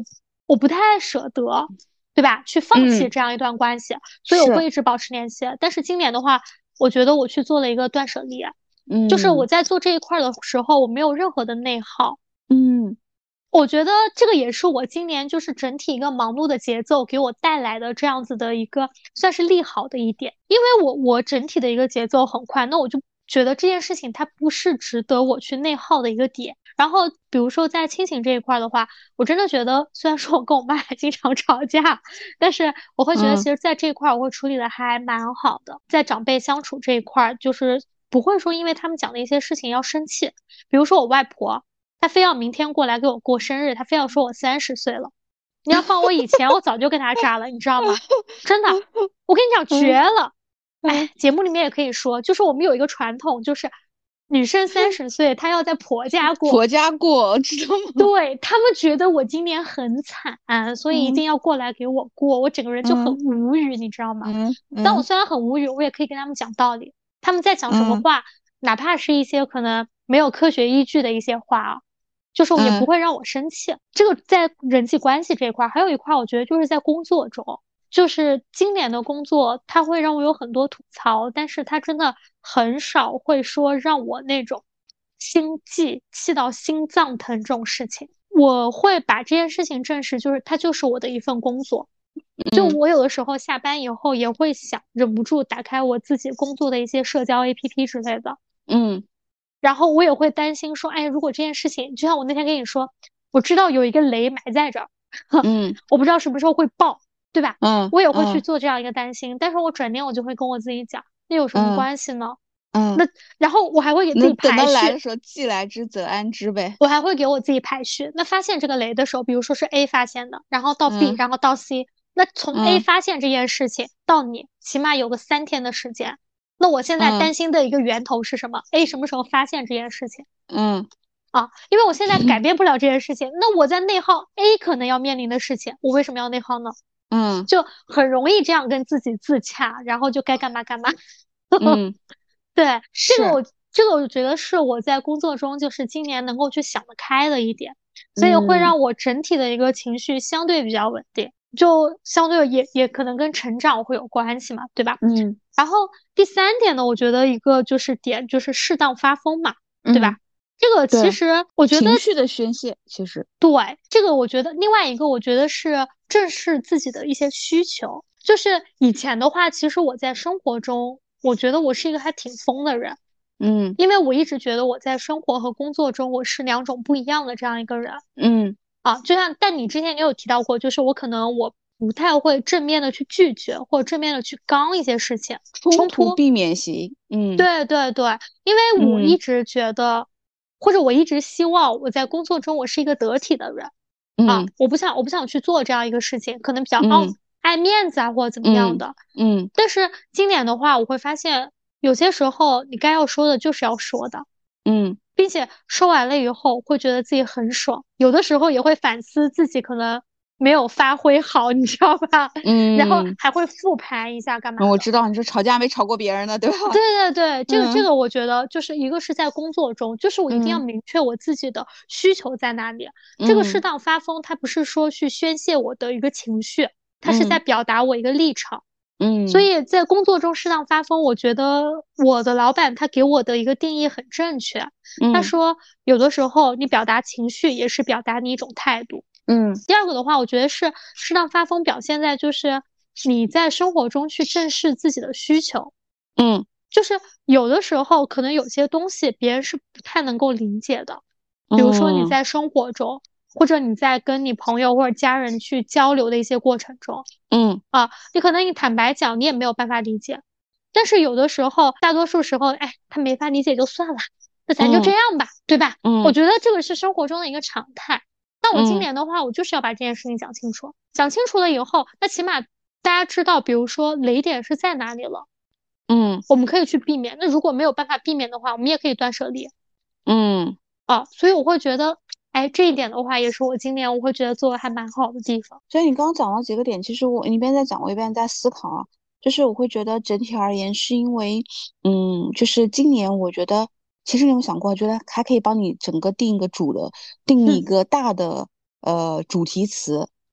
我不太舍得，对吧？去放弃这样一段关系，所以我会一直保持联系。但是今年的话，我觉得我去做了一个断舍离，就是我在做这一块的时候，我没有任何的内耗。我觉得这个也是我今年就是整体一个忙碌的节奏给我带来的这样子的一个算是利好的一点，因为我整体的一个节奏很快，那我就觉得这件事情它不是值得我去内耗的一个点。然后比如说在亲情这一块的话，我真的觉得虽然说我跟我妈还经常吵架，但是我会觉得其实在这一块我会处理的还蛮好的，在长辈相处这一块就是不会说因为他们讲的一些事情要生气，比如说我外婆。他非要明天过来给我过生日，他非要说我30岁了。你要放我以前，我早就跟他炸了，你知道吗？真的，我跟你讲绝了。哎，节目里面也可以说，就是我们有一个传统，就是女生30岁，她要在婆家过。 婆家过，知道吗？ 对，他们觉得我今年很惨，所以一定要过来给我过。我整个人就很无语，你知道吗？但我虽然很无语，我也可以跟他们讲道理。他们在讲什么话，哪怕是一些可能没有科学依据的一些话啊。就是也不会让我生气，这个在人际关系这一块，还有一块我觉得就是在工作中，就是今年的工作，它会让我有很多吐槽，但是它真的很少会说让我那种心悸气到心脏疼这种事情。我会把这件事情正视，就是它就是我的一份工作。就我有的时候下班以后也会想忍不住打开我自己工作的一些社交 APP 之类的，然后我也会担心说，哎，如果这件事情，就像我那天跟你说，我知道有一个雷埋在这儿，我不知道什么时候会爆，对吧？我也会去做这样一个担心，但是我转念我就会跟我自己讲，那有什么关系呢？那然后我还会给自己排序， 等到来的时候，既来之则安之呗。 我还会给我自己排序。那发现这个雷的时候，比如说是 A 发现的，然后到 B，然后到 C，那从 A 发现这件事情到你，起码有个3天的时间。那我现在担心的一个源头是什么？A 什么时候发现这件事情？因为我现在改变不了这件事情，那我在内耗 A 可能要面临的事情，我为什么要内耗呢？就很容易这样跟自己自洽，然后就该干嘛干嘛。对，这个我觉得是我在工作中就是今年能够去想得开的一点，所以会让我整体的一个情绪相对比较稳定。就相对也可能跟成长会有关系嘛，对吧？然后第3点呢，我觉得一个就是点就是适当发疯嘛，对吧？这个其实我觉得情绪的宣泄，其实对这个我觉得另外一个我觉得是正视自己的一些需求。就是以前的话，其实我在生活中，我觉得我是一个还挺疯的人，因为我一直觉得我在生活和工作中我是2种不一样的这样一个人，就像但你之前也有提到过，就是我不太会正面的去拒绝或者正面的去刚一些事情，冲突避免型， 对对对，因为我一直觉得，或者我一直希望我在工作中我是一个得体的人，我不想去做这样一个事情，可能比较爱面子啊或者怎么样的，但是今年的话，我会发现有些时候你该要说的就是要说的，并且说完了以后会觉得自己很爽，有的时候也会反思自己可能没有发挥好，你知道吧？然后还会复盘一下干嘛？ 我知道你说吵架没吵过别人呢，对吧？ 对对对，这个我觉得就是一个是在工作中，就是我一定要明确我自己的需求在哪里。这个适当发疯，它不是说去宣泄我的一个情绪，它是在表达我一个立场。所以在工作中适当发疯，我觉得我的老板他给我的一个定义很正确。他说有的时候你表达情绪也是表达你一种态度。第二个的话，我觉得是适当发疯表现在就是你在生活中去正视自己的需求。就是有的时候可能有些东西别人是不太能够理解的，比如说你在生活中。或者你在跟你朋友或者家人去交流的一些过程中，你可能你坦白讲，你也没有办法理解，但是有的时候，大多数时候，哎，他没法理解就算了，那咱就这样吧，对吧？我觉得这个是生活中的一个常态。那我今年的话，我就是要把这件事情讲清楚，讲清楚了以后，那起码大家知道，比如说雷点是在哪里了，我们可以去避免。那如果没有办法避免的话，我们也可以断舍离。所以我会觉得。哎，这一点的话，也是我今年我会觉得做的还蛮好的地方。 所以你刚刚讲到几个点，其实你一边在讲，我一边在思考啊。就是我会觉得整体而言，是因为，就是今年我觉得，其实你有想过，觉得还可以帮你整个定一个大的主题词。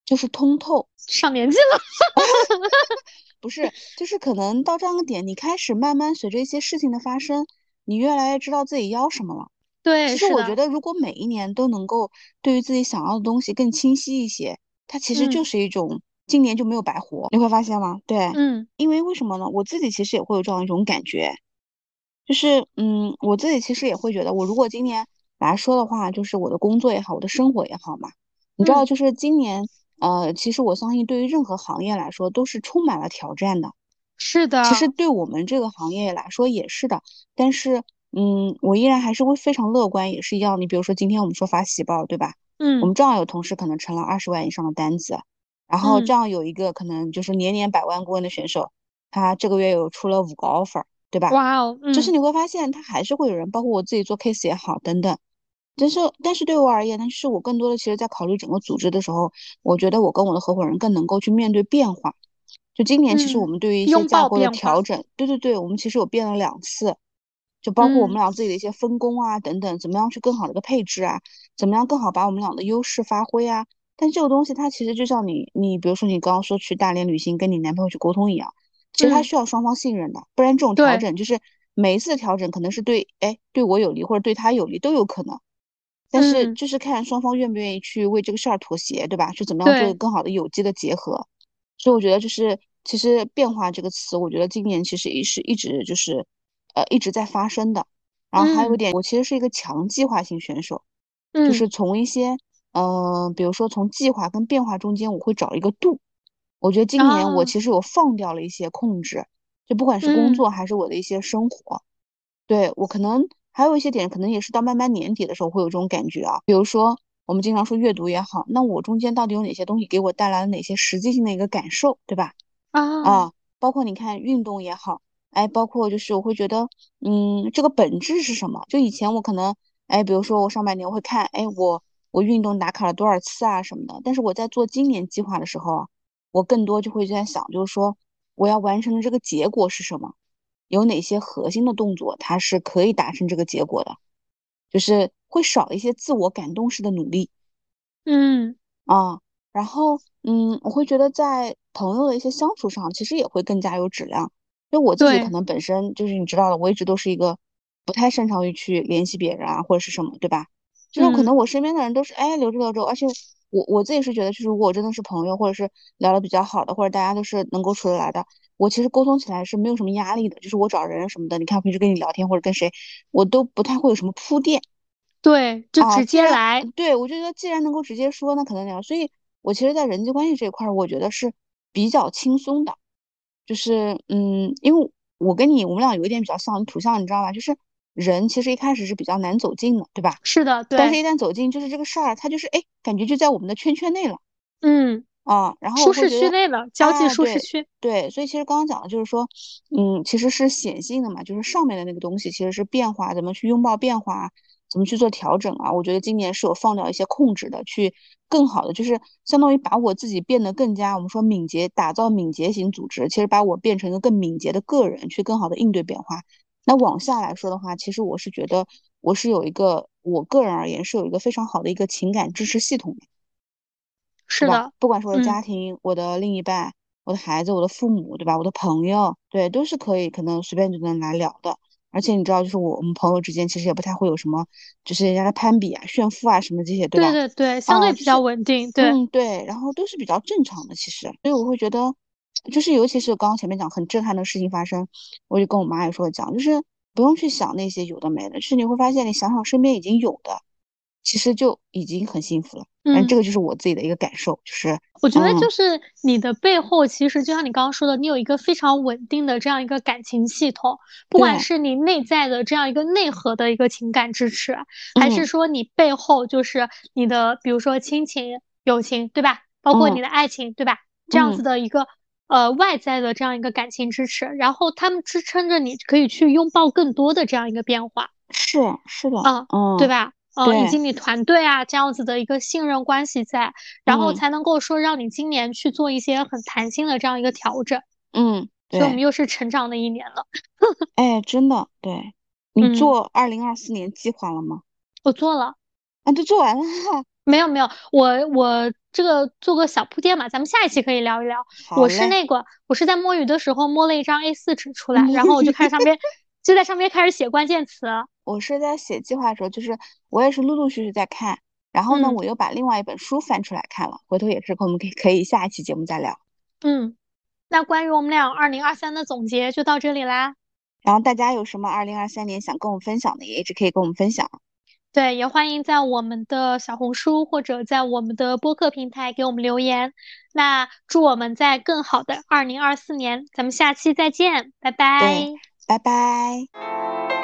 就是通透。 上年纪了。 不是，就是可能到这样的点，你开始慢慢随着一些事情的发生，你越来越知道自己要什么了。 对， 其实是的。 我觉得，如果每一年都能够对于自己想要的东西更清晰一些，它其实就嗯是一种今年就没有白活。你会发现吗？对， 嗯因为为什么呢？我自己其实也会有这样一种感觉，就是我自己其实也会觉得，我如果今年来说的话，就是我的工作也好，我的生活也好嘛，你知道， 嗯， 就是今年，其实我相信对于任何行业来说都是充满了挑战的。 是其实的。 对我们这个行业来说也是的，但是，我依然还是会非常乐观，也是一样。你比如说今天我们说发喜报，对吧？我嗯们正好有同事可能成了20万以上的单子，然后这嗯， 样有一个可能就是年年百万顾问的选手，他这个月有出了5个 offer，对吧？ 哇哦。 就是你会发现他还是会有人，包括我自己做 case 也好等等。但是对我而言呢，是我更多的其实在考虑整个组织的时候，我觉得我跟我的合伙人更能够去面对变化。就今年其实我们对于一些拥抱架构的变化。 调整，对对对，我们其实有变了2次，就包括我们嗯俩自己的一些分工啊等等，怎么样去更好的一个配置啊，怎么样更好把我们俩的优势发挥啊。但这个东西它其实就像你比如说你刚刚说去大连旅行跟你男朋友去沟通一样，其实它嗯， 需要双方信任的，不然这种调对。 整就是每一次的调整可能是对我有利或者对他有利都有可能。但是嗯就是看双方愿不愿意去为这个事儿妥协，对吧？去怎么样做一个对。 更好的有机的结合。所以我觉得就是其实变化这个词，我觉得今年其实也是一直就是一直在发生的。然后还有一嗯点，我其实是一个强计划型选手，就嗯是从一些比如说从计划跟变化中间，我会找一个度。我觉得今年我啊其实有放掉了一些控制，就不管是工嗯作还是我的一些生活。对，我可能还有一些点，可能也是到慢慢年底的时候会有这种感觉啊。比如说，我们经常说阅读也好，那我中间到底有哪些东西给我带来了哪些实际性的一个感受，对吧？ 啊啊，包括你看运动也好，哎，包括就是我会觉得，这个本质是什么？就以前我可能，哎，比如说我上半年我会看，哎，我运动打卡了多少次啊什么的，但是我在做今年计划的时候啊，我更多就会在想，就是说我要完成的这个结果是什么？有哪些核心的动作它是可以达成这个结果的？就是会少一些自我感动式的努力。 嗯啊，然后我会觉得在朋友的一些相处上，其实也会更加有质量。就我自己可对。 能本身就是你知道的，我一直都是一个不太擅长于去联系别人啊，或者是什么，对吧？就是可嗯能我身边的人都是哎留着留着，而且我自己是觉得，就是如果我真的是朋友，或者是聊得比较好的，或者大家都是能够处得来的，我其实沟通起来是没有什么压力的。就是我找人什么的，你看我平时跟你聊天或者跟谁，我都不太会有什么铺垫。 对，就啊， 直既然接来。 对我就觉得既然能够直接说，那可能聊。所以我其实，在人际关系这一块儿，我觉得是比较轻松的。就是因为我们俩有一点比较像土象，你知道吧？就是人其实一开始是比较难走近的，对吧？ 是的。 但是， 对。 一旦走近，就是这个事儿，它就是哎，感觉就在我们的圈圈内了。 嗯， 啊，然后舒适我会觉得， 区内了，交际啊，对舒适区。 对，所以其实刚刚讲的就是说，其实是显性的嘛，就是上面的那个东西其实是变化，怎么去拥抱变化，怎么去做调整啊？我觉得今年是有放掉一些控制的，去更好的，就是相当于把我自己变得更加，我们说敏捷，打造敏捷型组织，其实把我变成一个更敏捷的个人，去更好的应对变化。那往下来说的话，其实我是觉得我是有一个，我个人而言是有一个非常好的一个情感支持系统的。对吧？ 是的。 不管是我的嗯家庭、我的另一半、我的孩子、我的父母，对吧？我的朋友，对，都是可以可能随便就能来聊的。而且你知道，就是我们朋友之间其实也不太会有什么，就是人家的攀比啊、炫富啊什么这些，对吧？ 对对对，相啊， 对比较就是稳定。对。 对，然后都是比较正常的，其实，所以我会觉得，就是尤其是刚刚前面讲很震撼的事情发生，我就跟我妈也说讲，就是不用去想那些有的没的，就是你会发现，你想想身边已经有的，其实就已经很幸福了。反正这嗯。 个就是我自己的一个感受，就是我觉得就是你的背后，其实就像你刚刚说的，你有一个非常稳定的这样一个感情系统，不管对， 是你内在的这样一个内核的一个情感支持，还嗯是说你背后就是你的，比如说亲情、友情，对吧？包括嗯你的爱情，对吧？这样子嗯， 的一个外在的这样一个感情支持，然后他们支撑着你可以去拥抱更多的这样一个变化。 是的， 嗯，对吧？以对， 及你团队啊这样子的一个信任关系在，然后嗯才能够说让你今年去做一些很弹性的这样一个调整。所以我们对， 又是成长的一年了。 哎，真的，对，你嗯， 做2024年计划了吗？ 我做了。 啊，都做完了， 没有没有，我这个做个小铺垫嘛，咱们下一期可以聊一聊。 好嘞。 我是在摸鱼的时候摸了一张 A4 纸出来，然后我就在上面开始写关键词。 我是在写计划的时候，就是我也是陆陆续续在看，然后呢，我又把另外一本书翻出来看了，回头也是我们可以下一期节目再聊。 那关于我们俩2023的总结就到这里啦。 然后大家有什么2023年想跟我们分享的，也一直可以跟我们分享。 对，也欢迎在我们的小红书或者在我们的播客平台给我们留言。那祝我们在更好的2024年，咱们下期再见，拜拜。 对，拜拜。